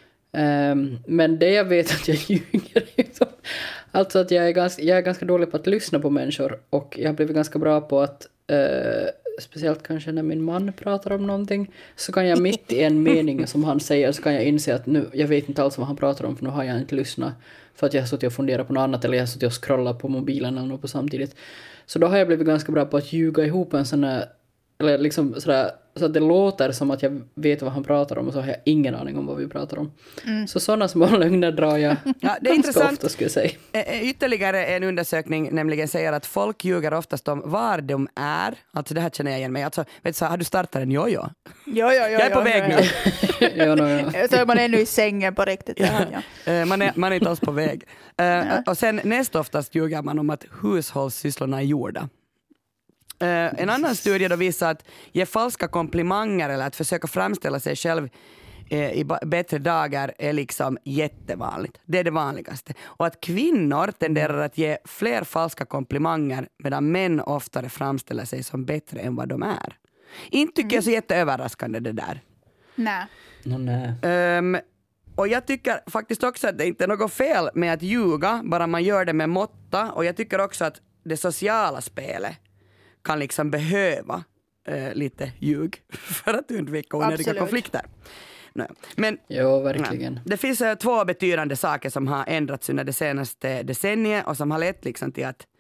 Um, men det jag vet att jag ljuger är så, alltså att jag är, ganska, jag är ganska dålig på att lyssna på människor. Och jag har blivit ganska bra på att uh, speciellt kanske när min man pratar om någonting, så kan jag mitt i en mening som han säger, så kan jag inse att nu, jag vet inte alls vad han pratar om, för nu har jag inte lyssnat, för att jag har suttit och funderat på något annat, eller jag har suttit och scrollat på mobilen eller något på samtidigt. Så då har jag blivit ganska bra på att ljuga ihop en sån här, eller liksom sådär, så att det låter som att jag vet vad han pratar om, och så har jag ingen aning om vad vi pratar om. Mm. Så sådana små lögner drar jag ja, det är intressant. Ofta, skulle jag säga. Ytterligare en undersökning nämligen säger att folk ljuger oftast om var de är. Alltså det här känner jag igen mig. Alltså, vet du, så, har du startat en jojo? Jo, jo, jo, jag är på jo, väg jo, nu. jo, no, ja. Så är man ännu i sängen på riktigt. Ja. Ja. man, är, man är inte alls på väg. ja. Och sen näst oftast ljuger man om att hushållssysslorna är gjorda. Uh, en annan studie då visar att ge falska komplimanger eller att försöka framställa sig själv uh, i b- bättre dagar är liksom jättevanligt. Det är det vanligaste. Och att kvinnor tenderar att ge fler falska komplimanger medan män oftare framställer sig som bättre än vad de är. Inte tycker mm. jag så jätteöverraskande det där. Nej. No, nej. Um, och jag tycker faktiskt också att det inte är något fel med att ljuga, bara man gör det med måtta. Och jag tycker också att det sociala spelet kan liksom behöva äh, lite ljug för att undvika onödiga konflikter. No. Men jo, verkligen. Ja, det finns äh, två betydande saker som har ändrats under det senaste decenniet och som har lett liksom till att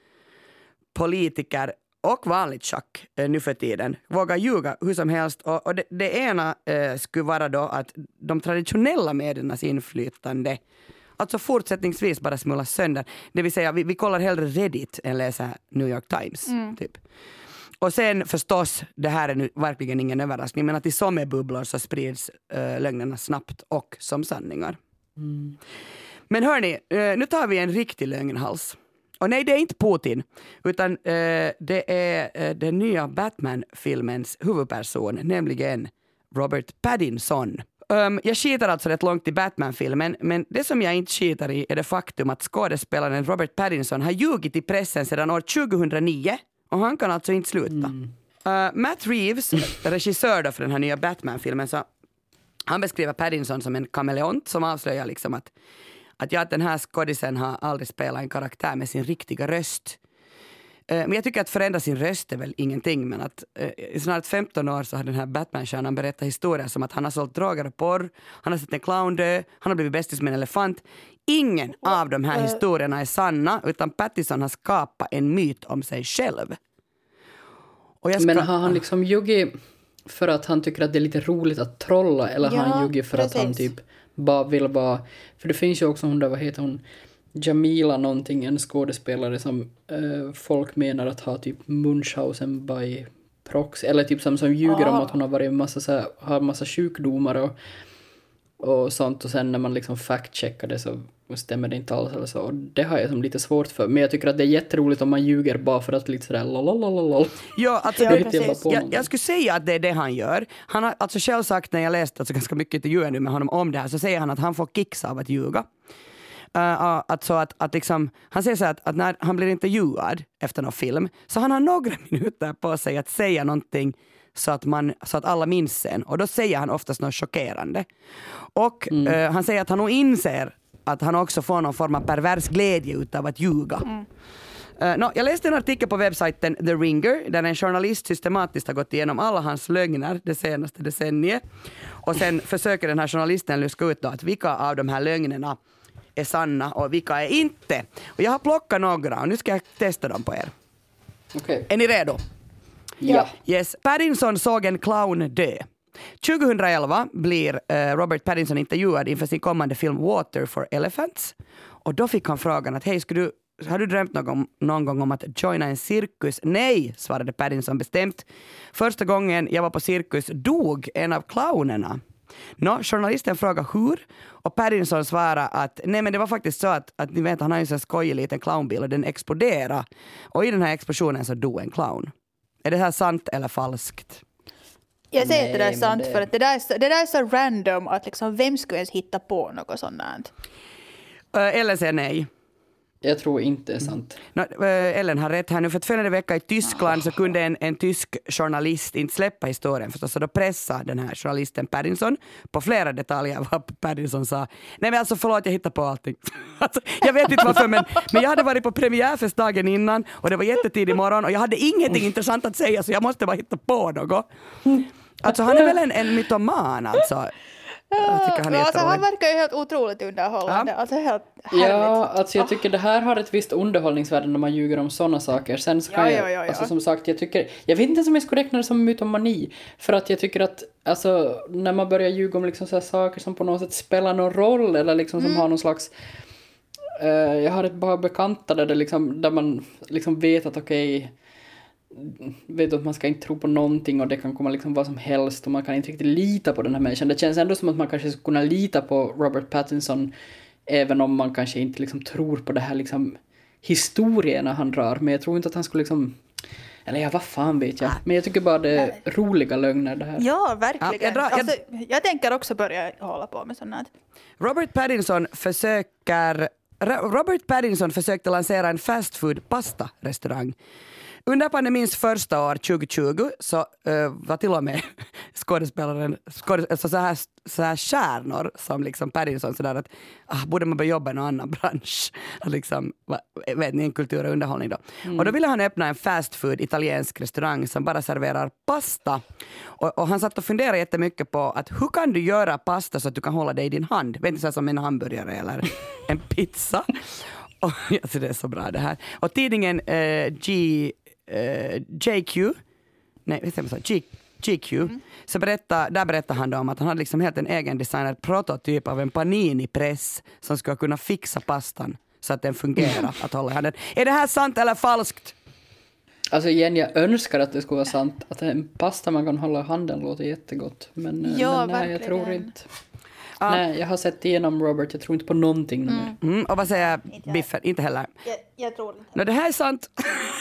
politiker och vanligt schack äh, nu för tiden vågar ljuga hur som helst. Och, och det, det ena äh, skulle vara då att de traditionella mediernas inflytande alltså fortsättningsvis bara smullas sönder. Det vill säga, vi, vi kollar hellre Reddit än läser New York Times. Mm. Typ. Och sen förstås, det här är nu verkligen ingen överraskning, men att i sommerbubblor så sprids äh, lögnerna snabbt och som sanningar. Mm. Men hörni, äh, nu tar vi en riktig lögnhals. Och nej, det är inte Putin, utan äh, det är äh, den nya Batman-filmens huvudperson, nämligen Robert Pattinson. Um, jag skiter alltså rätt långt i Batman-filmen, men det som jag inte skiter i är det faktum att skådespelaren Robert Pattinson har ljugit i pressen sedan år tjugohundranio och han kan alltså inte sluta. Mm. Uh, Matt Reeves, regissör då för den här nya Batman-filmen, så han beskriver Pattinson som en kameleont som avslöjar liksom att, att, ja, att den här skådisen har aldrig spelat en karaktär med sin riktiga röst. Men jag tycker att förändra sin röst är väl ingenting, men att eh, i snart femton år så har den här Batman-stjärnan berättat historier som att han har sålt droger och porr, han har sett en clown dö, han har blivit bästis med en elefant. Ingen av de här historierna är sanna, utan Pattinson har skapat en myt om sig själv. Och jag ska... Men har han liksom ljugit för att han tycker att det är lite roligt att trolla, eller ja, har han ljugit för precis. att han typ bara vill vara... För det finns ju också hon där, vad heter hon? Jamila någonting, en skådespelare som uh, folk menar att ha typ Munchausen by proxy. Eller typ som, som ljuger ah. om att hon har varit massa, så här, har massa sjukdomar och, och sånt. Och sen när man liksom fact-checkar det så stämmer det inte alls. Eller så. Och det har jag som lite svårt för. Men jag tycker att det är jätteroligt om man ljuger bara för att lite sådär lololololol. Ja, alltså ja, det, jag, jag skulle säga att det är det han gör. Han har alltså själv sagt, när jag läst alltså ganska mycket intervjuer nu med honom om det här, så säger han att han får kicks av att ljuga. Uh, alltså att, att liksom, han säger så att, att när han blir intervjuad efter någon film så han har några minuter på sig att säga någonting så att, man, så att alla minns sen. Och då säger han oftast något chockerande. Och mm. uh, han säger att han nog inser att han också får någon form av pervers glädje utav att ljuga. Mm. Uh, no, jag läste en artikel på webbsajten The Ringer där en journalist systematiskt har gått igenom alla hans lögner det senaste decenniet. Och sen försöker den här journalisten luska ut då att vilka av de här lögnerna är sanna och vilka är inte. Och jag har plockat några och nu ska jag testa dem på er. Okay. Är ni redo? Ja. Yes. Pattinson såg en clown dö. tjugoelva blir uh, Robert Pattinson intervjuad inför sin kommande film Water for Elephants. Och då fick han frågan att hej, skulle du, har du drömt någon, någon gång om att joina en cirkus? Nej, svarade Pattinson bestämt. Första gången jag var på cirkus dog en av clownerna. Nå, journalisten frågade hur och Pattinson svarade att nej, men det var faktiskt så att, att ni vet, han har ju en skojig liten clownbil och den exploderade och i den här explosionen så dog en clown. Är det här sant eller falskt? Jag säger nej, att det där är sant det... för att det där är, så, det där är så random att liksom, vem skulle ens hitta på något sånt här? Eller säger nej. Jag tror inte det är sant. No, Ellen har rätt här nu. För att följande vecka i Tyskland så kunde en, en tysk journalist inte släppa historien förstås. Så då pressade den här journalisten Pattinson på flera detaljer vad Pattinson sa. Nej men alltså förlåt, jag hittar på allting. Alltså, jag vet inte varför men, men jag hade varit på premiärfest dagen innan och det var jättetidig morgon och jag hade ingenting intressant att säga så jag måste bara hitta på något. Alltså han är väl en, en mytoman alltså. Ja, han, alltså, han verkar ju helt otroligt underhållande. Ja. Alltså, helt ja, alltså jag tycker det här har ett visst underhållningsvärde när man ljuger om sådana saker. Sen ska ja, jag, ja, ja, ja. Alltså, som sagt, jag tycker, jag vet inte om jag skulle räkna det som mytomani. För att jag tycker att, alltså, när man börjar ljuga om liksom så här saker som på något sätt spelar någon roll eller liksom som mm. har någon slags, uh, jag har ett par bekanta där, det liksom, där man liksom vet att okej, okay, vet att man ska inte tro på någonting och det kan komma liksom vad som helst och man kan inte riktigt lita på den här människan. Det känns ändå som att man kanske skulle kunna lita på Robert Pattinson även om man kanske inte liksom tror på det här liksom historierna han drar. Men jag tror inte att han skulle liksom, eller ja, vad fan vet jag. Men jag tycker bara det är roliga lögner det här. Ja, verkligen. Ja, jag, drar, jag... Alltså, jag tänker också börja hålla på med sånt här. Robert Pattinson försöker Robert Pattinson försökte lansera en fast food pasta restaurang. Under pandemins första år tjugo tjugo så uh, var till och med skådespelaren skådes, alltså så, här, så här stjärnor som liksom Pattinson sådär att ah, borde man börja jobba i någon annan bransch liksom, vet ni, en kultur och underhållning då. Mm. Och då ville han öppna en fast food italiensk restaurang som bara serverar pasta. Och, och han satt och funderade jättemycket på att hur kan du göra pasta så att du kan hålla det i din hand? Vet inte så som en hamburgare eller en pizza. Och, alltså det är så bra det här. Och tidningen uh, G Uh, J Q nej, vet jag, G, GQ mm. så berättar, där berättar han då om att han hade liksom helt en egen designad prototyp av en panini-press som ska kunna fixa pastan så att den fungerar att hålla i handen. Är det här sant eller falskt? Alltså igen, jag önskar att det skulle vara sant att en pasta man kan hålla i handen låter jättegott men, ja, men nej, jag tror inte. Ah. Nej, jag har sett igenom Robert. Jag tror inte på någonting mm. mer. Mm, och vad säger inte Biffen? Inte heller. Jag, jag tror inte. No, det här är sant.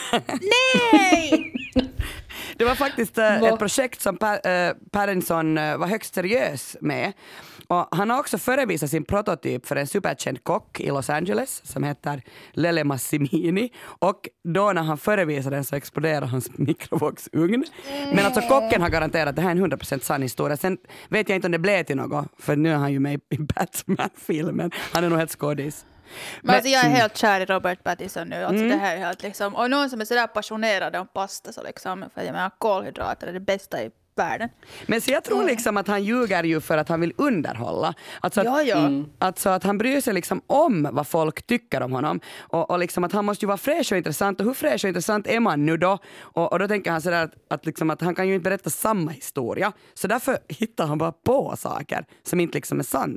Nej! Det var faktiskt uh, ett projekt som pa- uh, Pattinson uh, var högst seriös med. Och han har också förevisat sin prototyp för en superkänd kock i Los Angeles som heter Lele Massimini. Och då när han förevisade den så exploderade hans mikrovågsugn. Mm. Men alltså kocken har garanterat att det här är en hundra procent sann historia. Sen vet jag inte om det blev till något, för nu är han ju med i Batman-filmen. Han är nog helt skådis. Men, Men alltså jag är helt kär i Robert Pattinson nu. Alltså mm. det här är helt liksom, och någon som är sådär passionerad om pasta så liksom, för jag menar kolhydrater är det bästa i världen. Men så jag tror liksom att han ljuger ju för att han vill underhålla. Alltså att, ja, ja. Mm. Alltså att han bryr sig liksom om vad folk tycker om honom. Och, och liksom att han måste ju vara fräsch och intressant. Och hur fräsch och intressant är man nu då? Och, och då tänker han sådär att, att, liksom att han kan ju inte berätta samma historia. Så därför hittar han bara på saker som inte liksom är sant.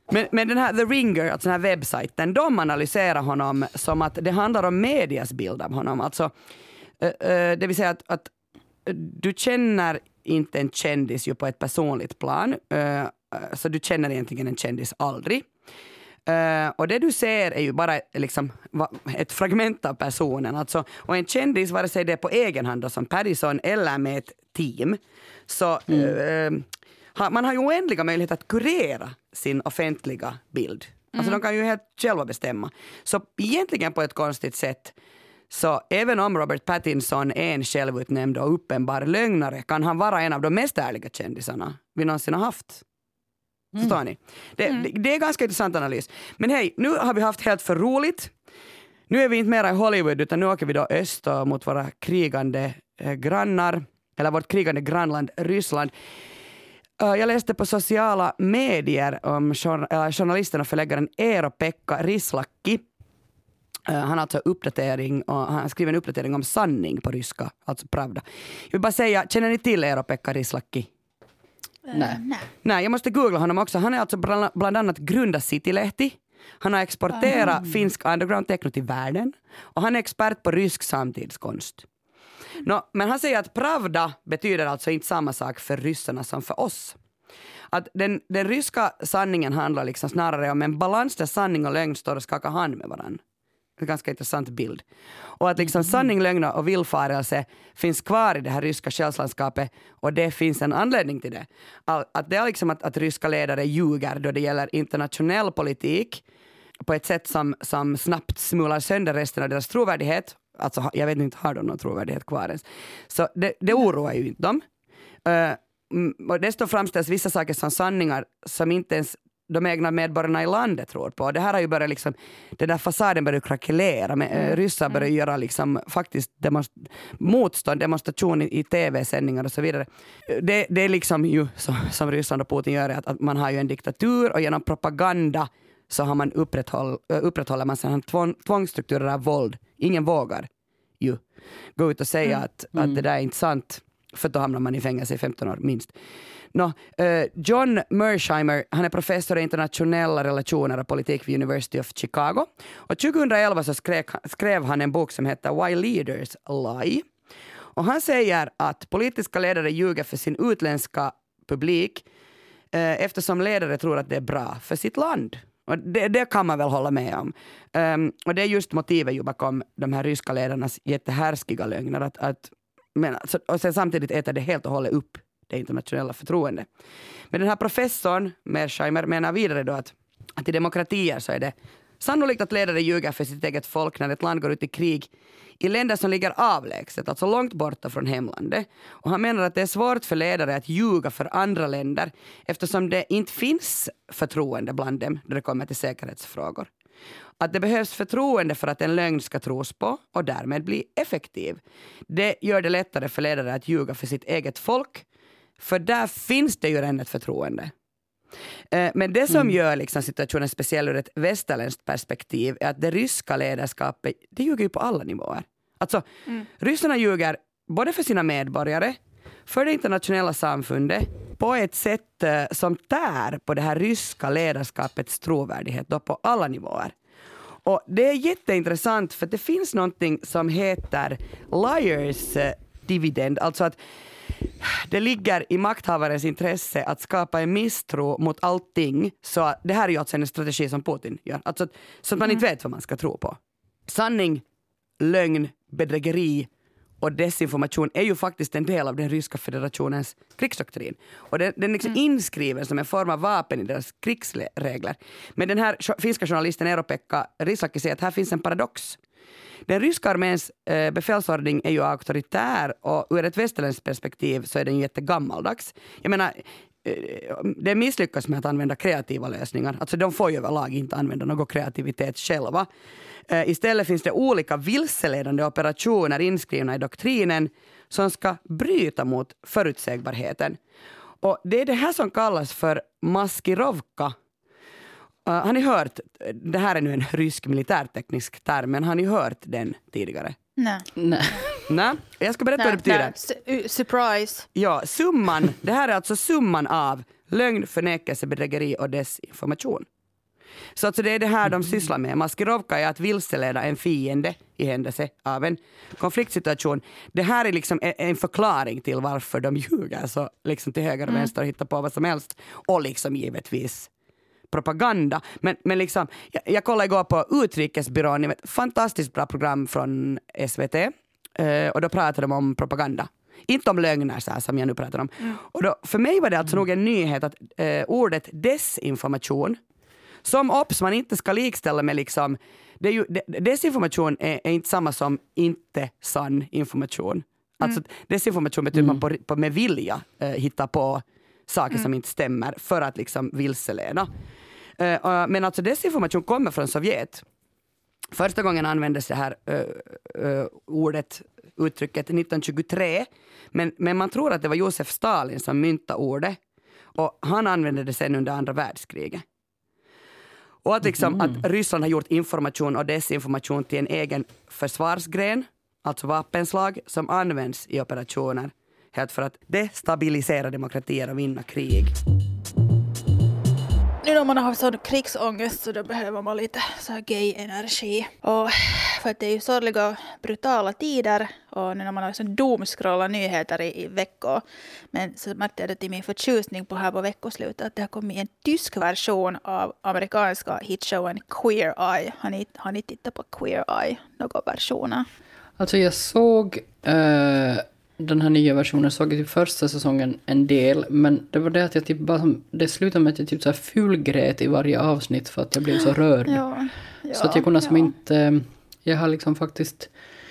Men, men den här The Ringer, alltså den här webbsajten, de analyserar honom som att det handlar om medias bild av honom. Alltså, äh, äh, det vill säga att, att du känner inte en kändis ju på ett personligt plan, äh, så du känner egentligen en kändis aldrig. Uh, och det du ser är ju bara liksom, ett fragment av personen. Alltså, och en kändis, vare sig det är på egen hand då, som Paddison eller med ett team, så mm. uh, ha, man har ju oändliga möjligheter att kurera sin offentliga bild. Alltså mm. de kan ju helt själva bestämma. Så egentligen på ett konstigt sätt, så även om Robert Pattinson är en självutnämnd och uppenbar lögnare, kan han vara en av de mest ärliga kändisarna vi någonsin har haft. Mm. Förstår ni? Det, mm. det, det är ganska intressant analys. Men hej, nu har vi haft helt för roligt. Nu är vi inte mera i Hollywood, utan nu åker vi då öst mot våra krigande eh, grannar, eller vårt krigande grannland Ryssland. Uh, jag läste på sociala medier om jour- äh, journalisten och förläggaren Eero-Pekka Rislakki. Uh, han har alltså uppdatering och han skriver en uppdatering om sanning på ryska, alltså Pravda. Jag vill bara säga, känner ni till Eero-Pekka Rislakki? Nej. Nej. Nej, jag måste googla honom också. Han är alltså bland, bland annat grundat Citylehti. Han har exporterat mm. finsk underground techno till världen. Och han är expert på rysk samtidskonst. No, men han säger att Pravda betyder alltså inte samma sak för ryssarna som för oss. Att den, den ryska sanningen handlar liksom snarare om en balans där sanning och lögn står och skakar hand med varandra. En ganska intressant bild. Och att liksom sanning, lögn och villfarelse finns kvar i det här ryska själslandskapet, och det finns en anledning till det. Att det är liksom att, att ryska ledare ljuger då det gäller internationell politik på ett sätt som, som snabbt smular sönder resten av deras trovärdighet. Alltså jag vet inte, har de någon trovärdighet kvar ens. Så det, det oroar ju inte dem. Uh, och desto framställs vissa saker som sanningar som inte ens de egna medborgarna i landet tror på. Det här har ju börjat liksom, den där fasaden börjar krackelera. Men, mm. ryssar börjar göra liksom faktiskt demonst- motstånd, demonstration i, i tv-sändningar och så vidare. Det, det är liksom ju som, som Ryssland och Putin gör, att, att man har ju en diktatur, och genom propaganda så har man upprätthåll, upprätthåller man sådana tvång, tvångsstrukturer av våld. Ingen vågar ju gå ut och säga mm. att, att det där är inte sant, för då hamnar man i fängelse i femton år minst. No, uh, John Mersheimer, han är professor i internationella relationer och politik vid University of Chicago. Och tjugoelva så skrev, skrev han en bok som heter Why Leaders Lie. Och han säger att politiska ledare ljuger för sin utländska publik uh, eftersom ledare tror att det är bra för sitt land. Och det, det kan man väl hålla med om. Um, och det är just motivet ju bakom de här ryska ledarnas jättehärskiga lögner. Att, att, men, alltså, och sen samtidigt äter det helt och hållet upp det internationella förtroende. Men den här professorn Mersheimer menar vidare då att, att i demokratier så är det sannolikt att ledare ljuger för sitt eget folk när ett land går ut i krig i länder som ligger avlägset, alltså långt borta från hemlandet. Och han menar att det är svårt för ledare att ljuga för andra länder eftersom det inte finns förtroende bland dem när det kommer till säkerhetsfrågor. Att det behövs förtroende för att en lögn ska tros på och därmed bli effektiv. Det gör det lättare för ledare att ljuga för sitt eget folk, för där finns det ju redan ett förtroende. Men det som mm. gör liksom situationen speciell ur ett västerländskt perspektiv är att det ryska ledarskapet, det ljuger ju på alla nivåer. Alltså, mm. ryssarna ljuger både för sina medborgare, för det internationella samfundet, på ett sätt som tär på det här ryska ledarskapets trovärdighet då på alla nivåer. Och det är jätteintressant, för det finns någonting som heter liars dividend, alltså att det ligger i makthavarens intresse att skapa en misstro mot allting. Så det här är ju alltså en strategi som Putin gör. Alltså, så att man mm. inte vet vad man ska tro på. Sanning, lögn, bedrägeri och desinformation är ju faktiskt en del av den ryska federationens krigsdoktrin. Och den, den är liksom mm. inskriven som en form av vapen i deras krigsregler. Men den här finska journalisten Eero-Pekka Rislakki säger att här finns en paradox. Den ryska arméns eh, befälsordning är ju auktoritär, och ur ett västerländskt perspektiv så är den jättegammaldags. Jag menar, eh, det misslyckas med att använda kreativa lösningar. Alltså de får ju överlag inte använda någon kreativitet själva. Eh, istället finns det olika vilseledande operationer inskrivna i doktrinen som ska bryta mot förutsägbarheten. Och det är det här som kallas för maskirovka. Uh, har ni hört, det här är nu en rysk militärteknisk term, men har ni hört den tidigare? Nej. Nej. Nej, jag ska berätta nej, vad det betyder. Nej. Surprise. Ja, summan, det här är alltså summan av lögn, förnekelse, bedrägeri och desinformation. Så alltså det är det här de sysslar med. Maskirovka är att vilseleda en fiende i händelse av en konfliktsituation. Det här är liksom en förklaring till varför de ljuger så liksom till höger och vänster och hittar på vad som helst. Och liksom givetvis propaganda. Men, men liksom, jag, jag kollade igår på Utrikesbyrån, ett fantastiskt bra program från S V T. Uh, och då pratade de om propaganda. Inte om lögner så här, som jag nu pratar om. Mm. Och då, för mig var det alltså mm. nog en nyhet att uh, ordet desinformation, som obs man inte ska likställa med liksom, det är ju, de, desinformation är, är inte samma som inte sann information. Mm. Alltså desinformation betyder mm. man på, på med vilja uh, hitta på saker mm. som inte stämmer för att liksom vilseleda. Uh, uh, men alltså desinformation kommer från Sovjet. Första gången användes det här uh, uh, ordet, uttrycket nittonhundratjugotre. Men, men man tror att det var Josef Stalin som myntade ordet. Och han använde det sen under andra världskriget. Och att, liksom, mm. att Ryssland har gjort information och desinformation till en egen försvarsgren. Alltså vapenslag som används i operationer. Helt för att destabilisera demokratier och vinna krig. Nu när man har haft sån krigsångest så då behöver man lite så här gay-energi. Och för att det är ju sorgliga, brutala tider. Och nu när man har sån doomscrolla nyheter i, i veckor. Men så märkte jag det till min förtjusning på här på veckoslutet att det har kommit en tysk version av amerikanska hitshowen Queer Eye. Har ni, har ni tittat på Queer Eye? Några versioner? Alltså jag såg... Uh... Den här nya versionen såg jag till första säsongen en del, men det var det att jag typ bara, det slutade med att jag typ så här fullgrät i varje avsnitt för att jag blev så rörd. Ja, ja, så att jag kunde ja. som inte, jag har liksom faktiskt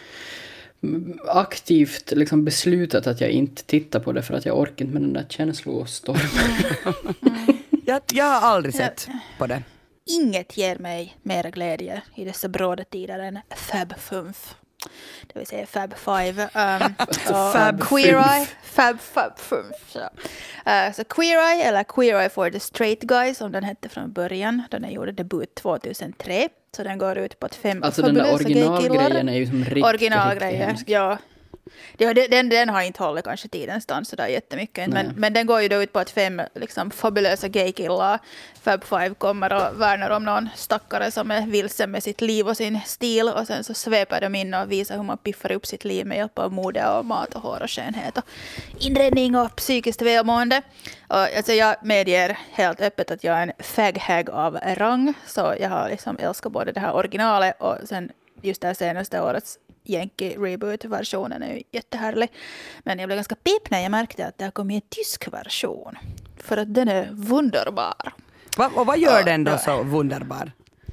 aktivt liksom beslutat att jag inte tittar på det för att jag orkar inte med den där känslostormen. Mm. jag, jag har aldrig sett ja. på det. Inget ger mig mer glädje i dessa bråda tider än Fab fem. Det vill säga Fab Five. Um, Fab Queer Eye. Fab Fab fem. Så. Uh, så Queer Eye, eller Queer Eye for the Straight Guy, som den hette från början. Den gjorde debut tjugohundratre. Så den går ut på att fem alltså den där originalgrejen är ju som riktigt, originalgrejen, riktigt ja. Ja, den, den har inte hållit kanske tidens stand så där jättemycket. Men, men den går ju då ut på att fem liksom, fabulösa gaykillar, Fab Five, kommer och värnar om någon stackare som är vilsen med sitt liv och sin stil. Och sen så sveper de in och visar hur man piffar upp sitt liv med hjälp av mode och mat och hår och skönhet och inredning och psykiskt välmående. Och, alltså, jag medger helt öppet att jag är en faghag av rang. Så jag har liksom älskat både det här originalet och sen just det här senaste årets Yankee reboot-versionen är ju jättehärlig. Men jag blev ganska pip när jag märkte att det har kommit en tysk version. För att den är wunderbar. Va, och vad gör och, den då så wunderbar?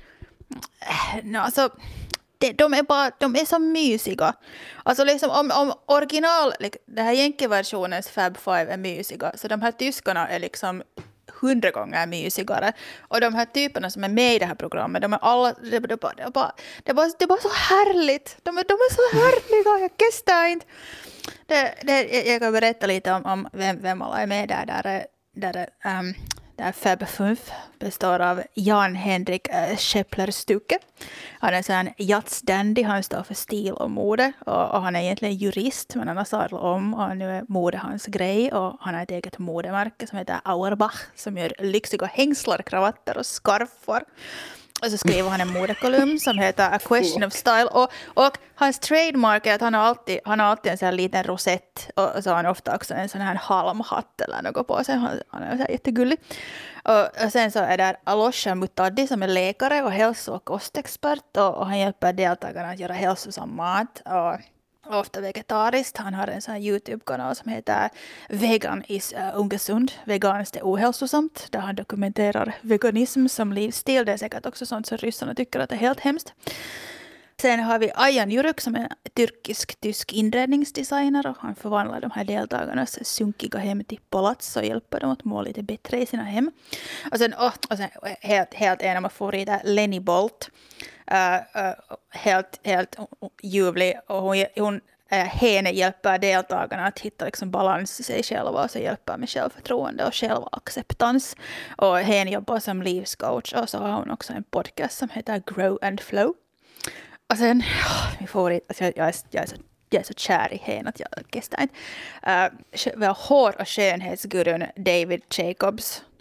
No, alltså, de, de, är bara, de är så mysiga. Alltså liksom om, om original, det här Yankee-versionens Fab Five är mysiga. Så de här tyskarna är liksom hundra gånger mysigare. Och de här typerna som är med i det här programmet, de är alla, det, det, bara, det, bara, det, bara, det bara så härligt. De, de är så härliga, jag kastar inte. Det, det, jag kan berätta lite om, om vem, vem alla är med där. Där är, där är, um, där Fab fem består av Jan-Henrik äh, Scheppler-Stuke. Han är en sån jazzdandy, han står för stil och mode. Och, och han är egentligen jurist, men han har sadlat om. Och nu är mode hans grej. Och han har ett eget modemärke som heter Auerbach, som gör lyxiga hängslar, kravatter och skarfar. Och så skriver han en modekolumn som heter A Question of Style. Och, och hans trademark är att han har alltid, han har alltid en sån här liten rosett. Och så har han ofta också en sån här halmhatt eller något på sig. Han, han är så här jättegullig. Och, och sen så är där Alosha Mutaddi som är läkare och hälso- och kostexpert. Och, och han hjälper deltagarna att göra hälsosam mat. Och ofta vegetariskt. Han har en sån här YouTube-kanal som heter Vegan is uh, ungesund. Veganiskt är ohälsosamt. Där han dokumenterar veganism som livsstil. Det är säkert också sånt som ryssarna tycker att det är helt hemskt. Sen har vi Ayan Juruk som är turkisk-tysk inredningsdesigner. Och han förvandlar de här deltagarnas sunkiga hem till palats och hjälper dem att må lite bättre i sina hem. Och sen, oh, och sen helt, helt en av mina favoriter, Lenny Bolt. Uh, uh, helt, helt ljuvlig. Och hon, hon uh, henne hjälper deltagarna att hitta liksom balans i sig själva. Och så hjälper med självförtroende och självacceptans. Och henne jobbar som livscoach. Och så har hon också en podcast som heter Grow and Flow. Och sen, oh, min favorit, alltså jag, jag, är, jag, är så, jag är så kär i henne att jag kastar inte. Uh, vi har hår- och skönhetsgurun David Jacobs.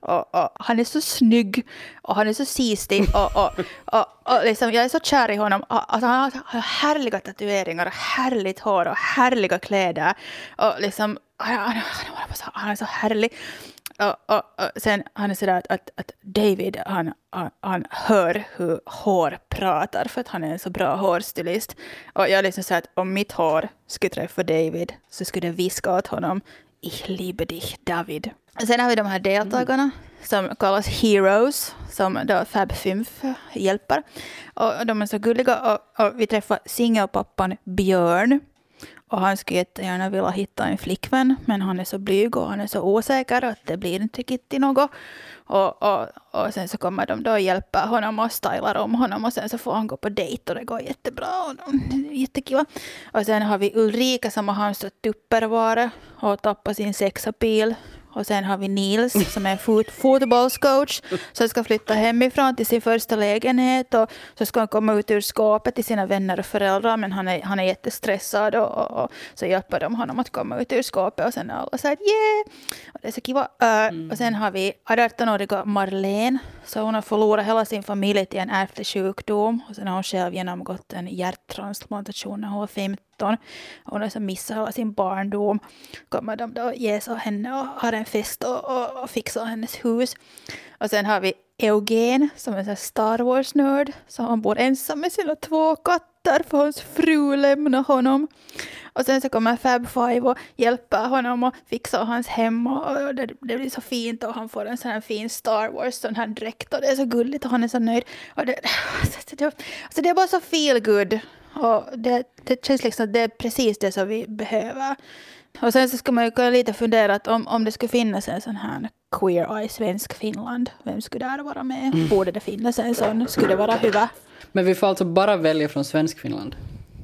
Och, och han är så snygg och han är så sistig och, och, och, och liksom, jag är så kär i honom. Alltså, han har härliga tatueringar och härligt hår och härliga kläder och liksom, han, han, han, han är så härlig. Och, och, och sen han är sådär att, att, att David han, han, han hör hur hår pratar för att han är en så bra hårstilist. Och jag liksom säger att om mitt hår skulle träffa David så skulle det viska åt honom: Ich liebe dich, David. Sen har vi de här deltagarna mm. som kallas Heroes, som då Fab Fünf hjälper. Och de är så gulliga. Och, och vi träffar singelpappan Björn. Och han skulle jättegärna vilja hitta en flickvän, men han är så blyg och han är så osäker att det blir inte riktigt till något. Och, och, och sen så kommer de då hjälpa honom och stylar om honom och sen så får han gå på dejt och det går jättebra och jättekiva. Och sen har vi Ulrika som har hamstrat tupperware och tappat sin sexapil. Och sen har vi Nils som är en fot- fotbollscoach som ska flytta hemifrån till sin första lägenhet. Och så ska han komma ut ur skåpet till sina vänner och föräldrar. Men han är, han är jättestressad och, och, och så hjälper de honom att komma ut ur skåpet. Och sen är alla så här, yeah! Och det är så kiva. Uh, mm. Och sen har vi arton-åriga Marlene. Så hon har förlorat hela sin familj till en ärftlig sjukdom. Och sen har hon själv genomgått en hjärttransplantation när hon var femton. Hon har så missat hela sin barndom. Kommer de då ge så henne och har en fest och, och, och fixar hennes hus. Och sen har vi Eugen som är en Star Wars-nörd. Så han bor ensam med sina två katter för hans fru lämnar honom. Och sen så kommer Fab Five och hjälper honom och fixar hans hem. Och det, det blir så fint och han får en sån här fin Star Wars sån här dräkt. Och det är så gulligt och han är så nöjd. Och det, alltså det är bara så feel good. Och det, det känns liksom att det är precis det som vi behöver. Och sen så ska man ju kunna lite fundera att om, om det skulle finnas en sån här Queer Eye Svensk Finland, vem skulle där vara med? Mm. Borde det finnas en sån? Skulle det vara hyvä? Men vi får alltså bara välja från Svensk Finland?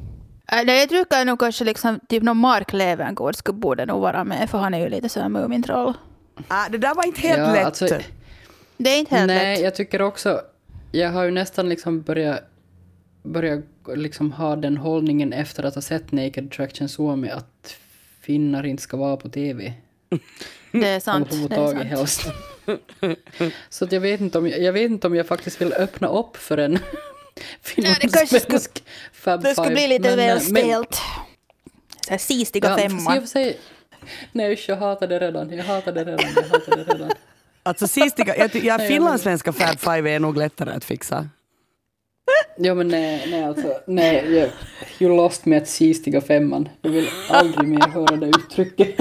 Äh, nej, jag tror nog kanske liksom typ någon Mark Levengood skulle borde nog vara med, för han är ju lite så här Mumintroll. Ah, det där var inte helt ja, lätt. Alltså, det är inte helt nej, lätt. Nej, jag tycker också, jag har ju nästan liksom börjat börja liksom ha den hållningen efter att ha sett Naked Attraction Suomi att finnar inte ska vara på tv. Det är sant. Det är sant. Så att jag, vet inte om, jag vet inte om jag faktiskt vill öppna upp för en finlandssvensk Fab Five. Det skulle bli lite men, väl stelt. Så här sistiga ja, femma. Jag säga, nej, jag hatar det redan. Jag hatar det redan. Jag hatar det redan. Alltså sistiga, jag, jag finlandssvenska Fab Five är nog lättare att fixa. Ja men nej, nej alltså, nej, jag, you lost me att sistiga femman. Jag vill aldrig mer höra det uttrycket.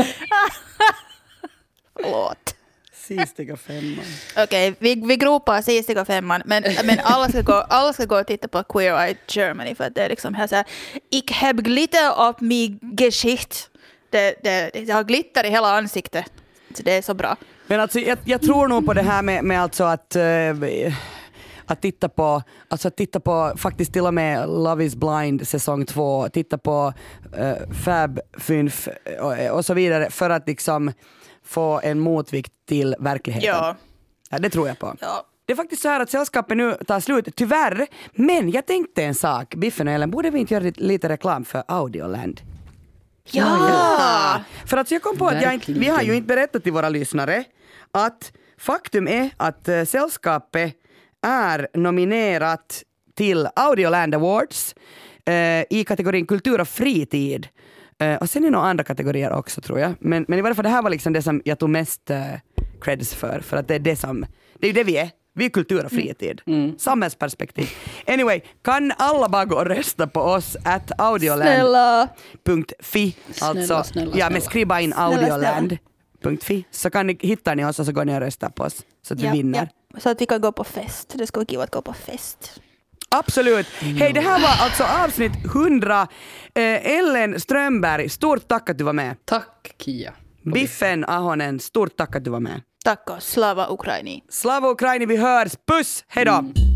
Förlåt. Sistiga femman. Okej, okay, vi, vi gropar sistiga femman, men, men alla, ska gå, alla ska gå och titta på Queer Eye Germany för att det är liksom här så här, ich hab glitter auf mi Gesicht. Det, det, det har glitter i hela ansiktet. Så det är så bra. Men alltså, jag, jag tror nog på det här med, med alltså att... Uh, Att titta på, alltså att titta på faktiskt till och med Love is Blind säsong två, titta på uh, Fab Fünf och, och så vidare för att liksom få en motvikt till verkligheten. Ja. Ja, det tror jag på. Ja. Det är faktiskt så här att sällskapet nu tar slut, tyvärr. Men jag tänkte en sak, Biffen och Ellen, borde vi inte göra lite reklam för Audioland? Ja! ja. För att jag kom på att jag inte, vi har ju inte berättat till våra lyssnare att faktum är att uh, sällskapet är nominerat till Audioland Awards eh, i kategorin kultur och fritid. Eh, och sen i några andra kategorier också tror jag. Men, men i varje fall det här var liksom det som jag tog mest eh, creds för. För att det är det som, det är ju det vi är. Vi är kultur och fritid. Mm. Samhällsperspektiv. Anyway, kan alla bara gå och rösta på oss at audioland punkt fi. Alltså, snälla, snälla, ja, men skriva in audioland punkt fi så kan ni, hittar ni oss och så går ni och röstar på oss så att ja, vi vinner. Ja. Så att vi kan gå på fest. Det ska vara kul att gå på fest. Absolut. Mm. Hej, det här var alltså avsnitt hundra. Eh, Ellen Strömberg, stort tack att du var med. Tack, Kia. Biffen Ahonen, stort tack att du var med. Tack och slava Ukraini. Slava Ukraini, vi hörs. Puss, hej då! Mm.